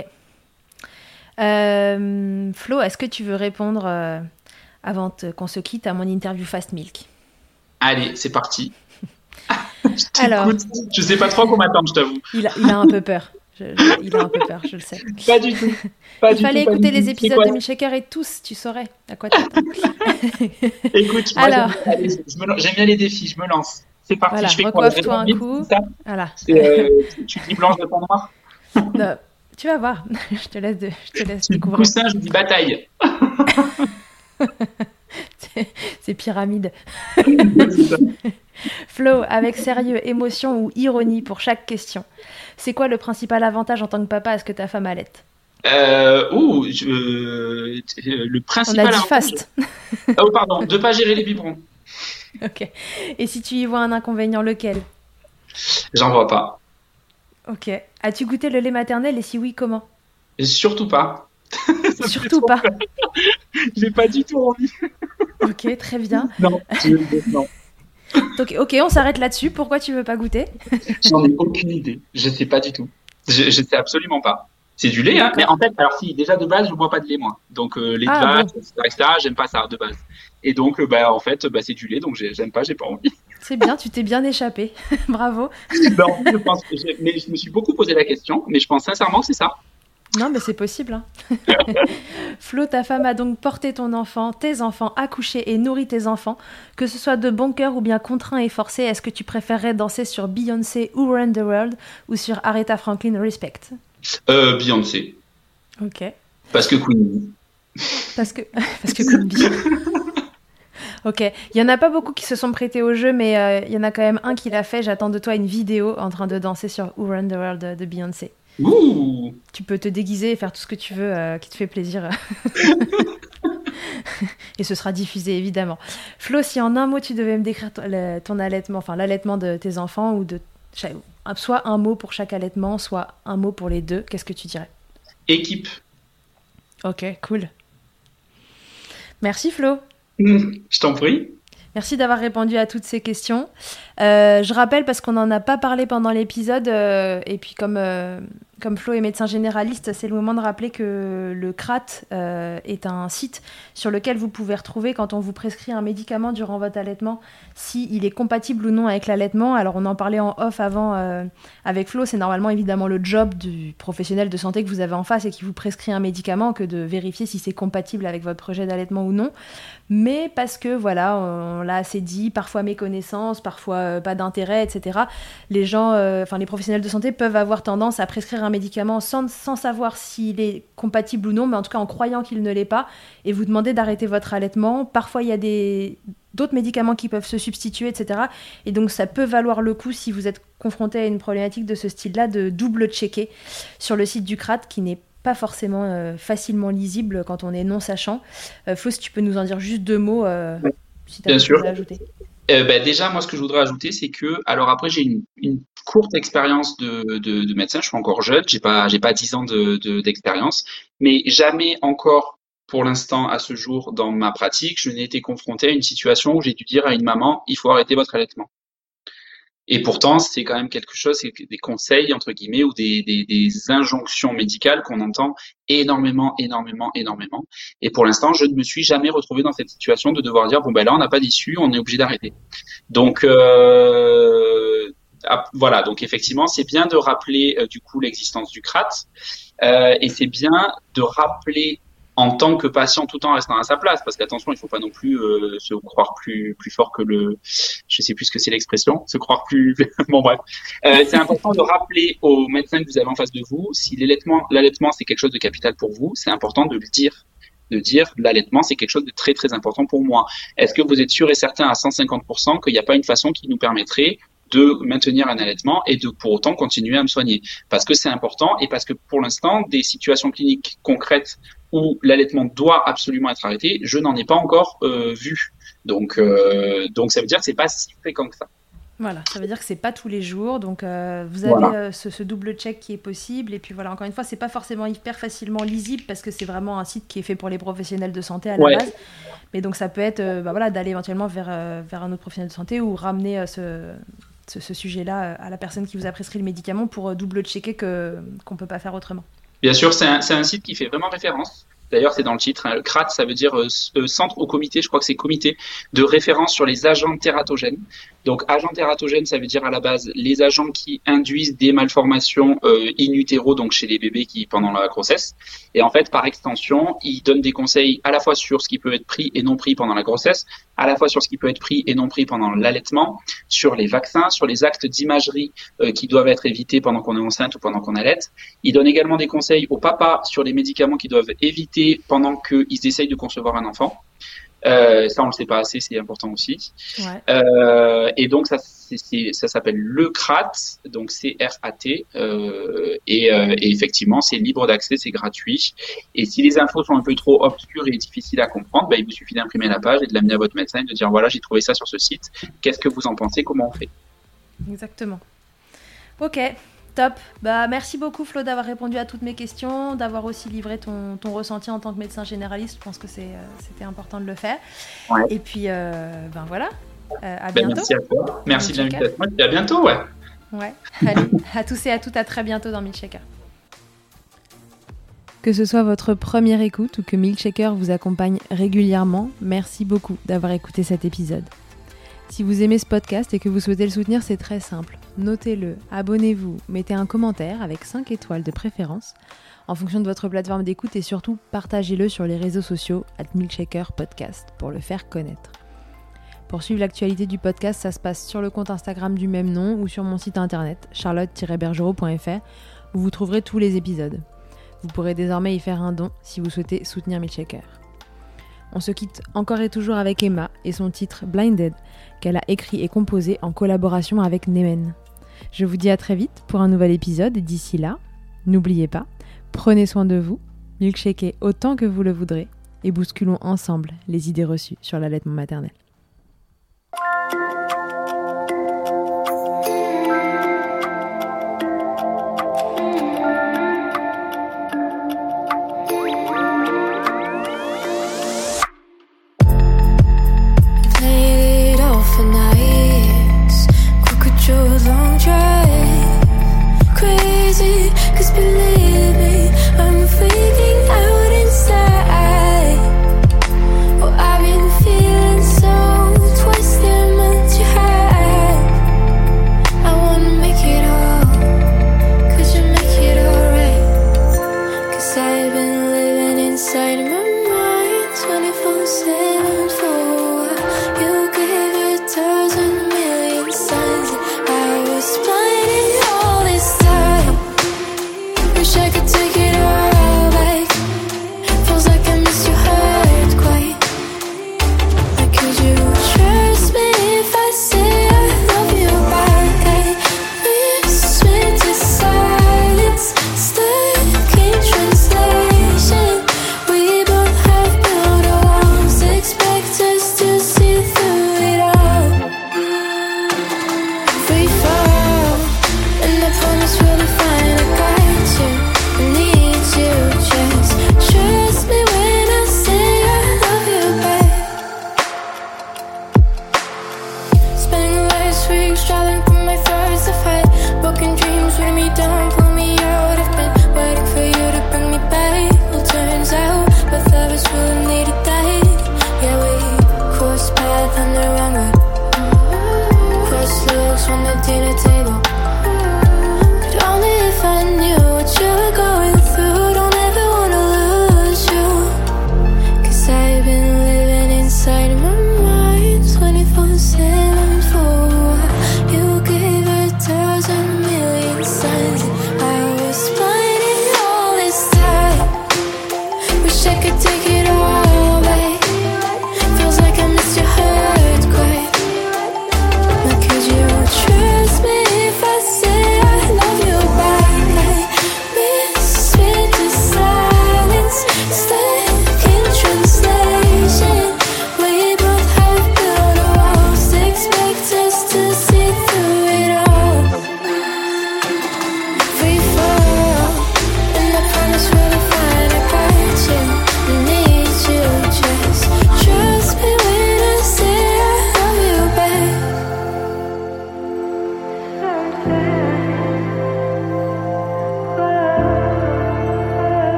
Euh, Flo, est-ce que tu veux répondre euh, avant te, qu'on se quitte à mon interview Fast Milk ? Allez, c'est parti. je Alors, je sais pas trop comment attendre, je t'avoue. Il a, il a un peu peur. Je, je, il a un peu peur, je le sais. Pas du tout. Pas il du fallait tout, écouter les épisodes de Milkshaker et tous, tu saurais à quoi t'attends. Écoute, moi, Alors... j'aime, allez, je me, j'aime bien les défis, je me lance. C'est parti, voilà, je fais recoiffe-toi un coup. Voilà. Euh, tu dis blanche de ton noir. Non. Tu vas voir, je te laisse, de, je te laisse tu découvrir. Coussin, je dis bataille. c'est, c'est pyramide. Flo, avec sérieux, émotion ou ironie pour chaque question, c'est quoi le principal avantage en tant que papa à ce que ta femme allaite ? euh, ouh, je, euh, le principal On a dit avantage... fast. Oh pardon, de pas gérer les biberons. Ok. Et si tu y vois un inconvénient, lequel ? J'en vois pas. Ok. As-tu goûté le lait maternel et si oui, comment ? Surtout pas. Surtout pas. J'ai pas du tout envie. Ok, très bien. Non, je, non. Donc, ok, on s'arrête là-dessus. Pourquoi tu veux pas goûter ? J'en ai aucune idée. Je sais pas du tout. Je, je sais absolument pas. C'est du lait, hein. Mais en fait, alors si, déjà de base, je bois pas de lait, moi. Donc, euh, lait de ah, vache, bon. et cetera, et cetera, j'aime pas ça, de base. Et donc, euh, bah, en fait, bah, c'est du lait, donc j'aime pas, j'ai pas envie. C'est bien, tu t'es bien échappé. Bravo. Non, je pense, je, mais je me suis beaucoup posé la question, mais je pense sincèrement que c'est ça. Non, mais c'est possible. Hein. Flo, ta femme a donc porté ton enfant, tes enfants, accouché et nourri tes enfants. Que ce soit de bon cœur ou bien contraint et forcé, est-ce que tu préférerais danser sur Beyoncé Who Run the World ou sur Aretha Franklin Respect ? euh, Beyoncé. Ok. Parce que Queen. Parce que, parce que Queen Bee. Ok, il y en a pas beaucoup qui se sont prêtés au jeu, mais euh, il y en a quand même un qui l'a fait. J'attends de toi une vidéo en train de danser sur Who Run the World de, de Beyoncé. Ouh. Tu peux te déguiser et faire tout ce que tu veux euh, qui te fait plaisir. Et ce sera diffusé, évidemment. Flo, si en un mot, tu devais me décrire ton, le, ton allaitement, enfin l'allaitement de tes enfants, ou de soit un mot pour chaque allaitement, soit un mot pour les deux, qu'est-ce que tu dirais ? Équipe. Ok, cool. Merci Flo. Je t'en prie. Merci d'avoir répondu à toutes ces questions. Euh, je rappelle, parce qu'on n'en a pas parlé pendant l'épisode, euh, et puis comme, euh, comme Flo est médecin généraliste, c'est le moment de rappeler que le C R A T euh, est un site sur lequel vous pouvez retrouver, quand on vous prescrit un médicament durant votre allaitement, s'il est compatible ou non avec l'allaitement. Alors, on en parlait en off avant euh, avec Flo, c'est normalement évidemment le job du professionnel de santé que vous avez en face et qui vous prescrit un médicament que de vérifier si c'est compatible avec votre projet d'allaitement ou non. Mais parce que, voilà, on, on l'a assez dit, parfois méconnaissance, parfois euh, pas d'intérêt, et cetera. Les gens, enfin euh, les professionnels de santé peuvent avoir tendance à prescrire un médicament sans, sans savoir s'il est compatible ou non, mais en tout cas en croyant qu'il ne l'est pas, et vous demander d'arrêter votre allaitement. Parfois, il y a des, d'autres médicaments qui peuvent se substituer, et cetera. Et donc, ça peut valoir le coup, si vous êtes confronté à une problématique de ce style-là, de double-checker sur le site du C R A T, qui n'est pas forcément euh, facilement lisible quand on est non sachant. Euh, Flo, si tu peux nous en dire juste deux mots, euh, oui. si tu as quelque chose à ajouter. Euh, bah, déjà, moi, ce que je voudrais ajouter, c'est que, alors après, j'ai une, une courte expérience de, de, de médecin. Je suis encore jeune, j'ai pas, j'ai pas dix ans de, de, d'expérience, mais jamais encore, pour l'instant, à ce jour, dans ma pratique, je n'ai été confronté à une situation où j'ai dû dire à une maman, il faut arrêter votre allaitement. Et pourtant, c'est quand même quelque chose, c'est des conseils, entre guillemets, ou des, des, des injonctions médicales qu'on entend énormément, énormément, énormément. Et pour l'instant, je ne me suis jamais retrouvé dans cette situation de devoir dire, bon, ben là, on n'a pas d'issue, on est obligé d'arrêter. Donc, euh, voilà. Donc, effectivement, c'est bien de rappeler, euh, du coup, l'existence du C R A T. Euh, et c'est bien de rappeler en tant que patient, tout en restant à sa place, parce qu'attention, il faut pas non plus euh, se croire plus plus fort que le, je sais plus ce que c'est l'expression, se croire plus, bon bref. Euh, c'est important de rappeler aux médecins que vous avez en face de vous, si l'allaitement, l'allaitement c'est quelque chose de capital pour vous, c'est important de le dire, de dire l'allaitement c'est quelque chose de très très important pour moi. Est-ce que vous êtes sûr et certain à cent cinquante pour cent qu'il n'y a pas une façon qui nous permettrait de maintenir un allaitement et de pour autant continuer à me soigner, parce que c'est important et parce que pour l'instant des situations cliniques concrètes où l'allaitement doit absolument être arrêté, je n'en ai pas encore euh, vu. Donc, euh, donc ça veut dire que c'est pas si fréquent que ça. Voilà, ça veut dire que c'est pas tous les jours. Donc euh, vous avez voilà. euh, ce, ce double check qui est possible. Et puis voilà, encore une fois, c'est pas forcément hyper facilement lisible parce que c'est vraiment un site qui est fait pour les professionnels de santé à la ouais. base. Mais donc ça peut être euh, bah, voilà, d'aller éventuellement vers, euh, vers un autre professionnel de santé ou ramener euh, ce, ce, ce sujet-là à la personne qui vous a prescrit le médicament pour euh, double checker que, qu'on peut pas faire autrement. Bien sûr, c'est un, c'est un site qui fait vraiment référence. D'ailleurs, c'est dans le titre. Hein. Le C R A T, ça veut dire euh, centre ou comité, je crois que c'est comité de référence sur les agents tératogènes. Donc, agents tératogènes, ça veut dire à la base les agents qui induisent des malformations euh, in utero, donc chez les bébés qui pendant la grossesse. Et en fait, par extension, ils donnent des conseils à la fois sur ce qui peut être pris et non pris pendant la grossesse, à la fois sur ce qui peut être pris et non pris pendant l'allaitement, sur les vaccins, sur les actes d'imagerie euh, qui doivent être évités pendant qu'on est enceinte ou pendant qu'on allaite. Ils donnent également des conseils aux papas sur les médicaments qu'ils doivent éviter pendant qu'ils essayent de concevoir un enfant. Euh, ça, on le sait pas assez, c'est important aussi. Ouais. Euh, et donc, ça, c'est, c'est, ça s'appelle le C R A T, donc C R A T. Euh, et, euh, et effectivement, c'est libre d'accès, c'est gratuit. Et si les infos sont un peu trop obscures et difficiles à comprendre, bah, il vous suffit d'imprimer la page et de l'amener à votre médecin et de dire voilà, j'ai trouvé ça sur ce site. Qu'est-ce que vous en pensez? Comment on fait? Exactement. Ok. Top. Bah, merci beaucoup Flo d'avoir répondu à toutes mes questions, d'avoir aussi livré ton, ton ressenti en tant que médecin généraliste. Je pense que c'est, euh, c'était important de le faire. Ouais. Et puis, euh, ben voilà, euh, à ben bientôt. Merci à toi. Merci de l'invitation. Et à bientôt, ouais. Ouais. Allez, à tous et à toutes, à très bientôt dans Milkshaker. Que ce soit votre première écoute ou que Milkshaker vous accompagne régulièrement, merci beaucoup d'avoir écouté cet épisode. Si vous aimez ce podcast et que vous souhaitez le soutenir, c'est très simple. Notez-le, abonnez-vous, mettez un commentaire avec cinq étoiles de préférence en fonction de votre plateforme d'écoute et surtout partagez-le sur les réseaux sociaux arobase milkshaker podcast pour le faire connaître. Pour suivre l'actualité du podcast, ça se passe sur le compte Instagram du même nom ou sur mon site internet charlotte tiret bergerot point f r où vous trouverez tous les épisodes. Vous pourrez désormais y faire un don si vous souhaitez soutenir Milkshaker. On se quitte encore et toujours avec Emma et son titre Blinded qu'elle a écrit et composé en collaboration avec Nemen. Je vous dis à très vite pour un nouvel épisode et d'ici là, n'oubliez pas, prenez soin de vous, milkshakez autant que vous le voudrez et bousculons ensemble les idées reçues sur l'allaitement maternel. Long drive, crazy, 'cause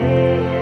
Hey.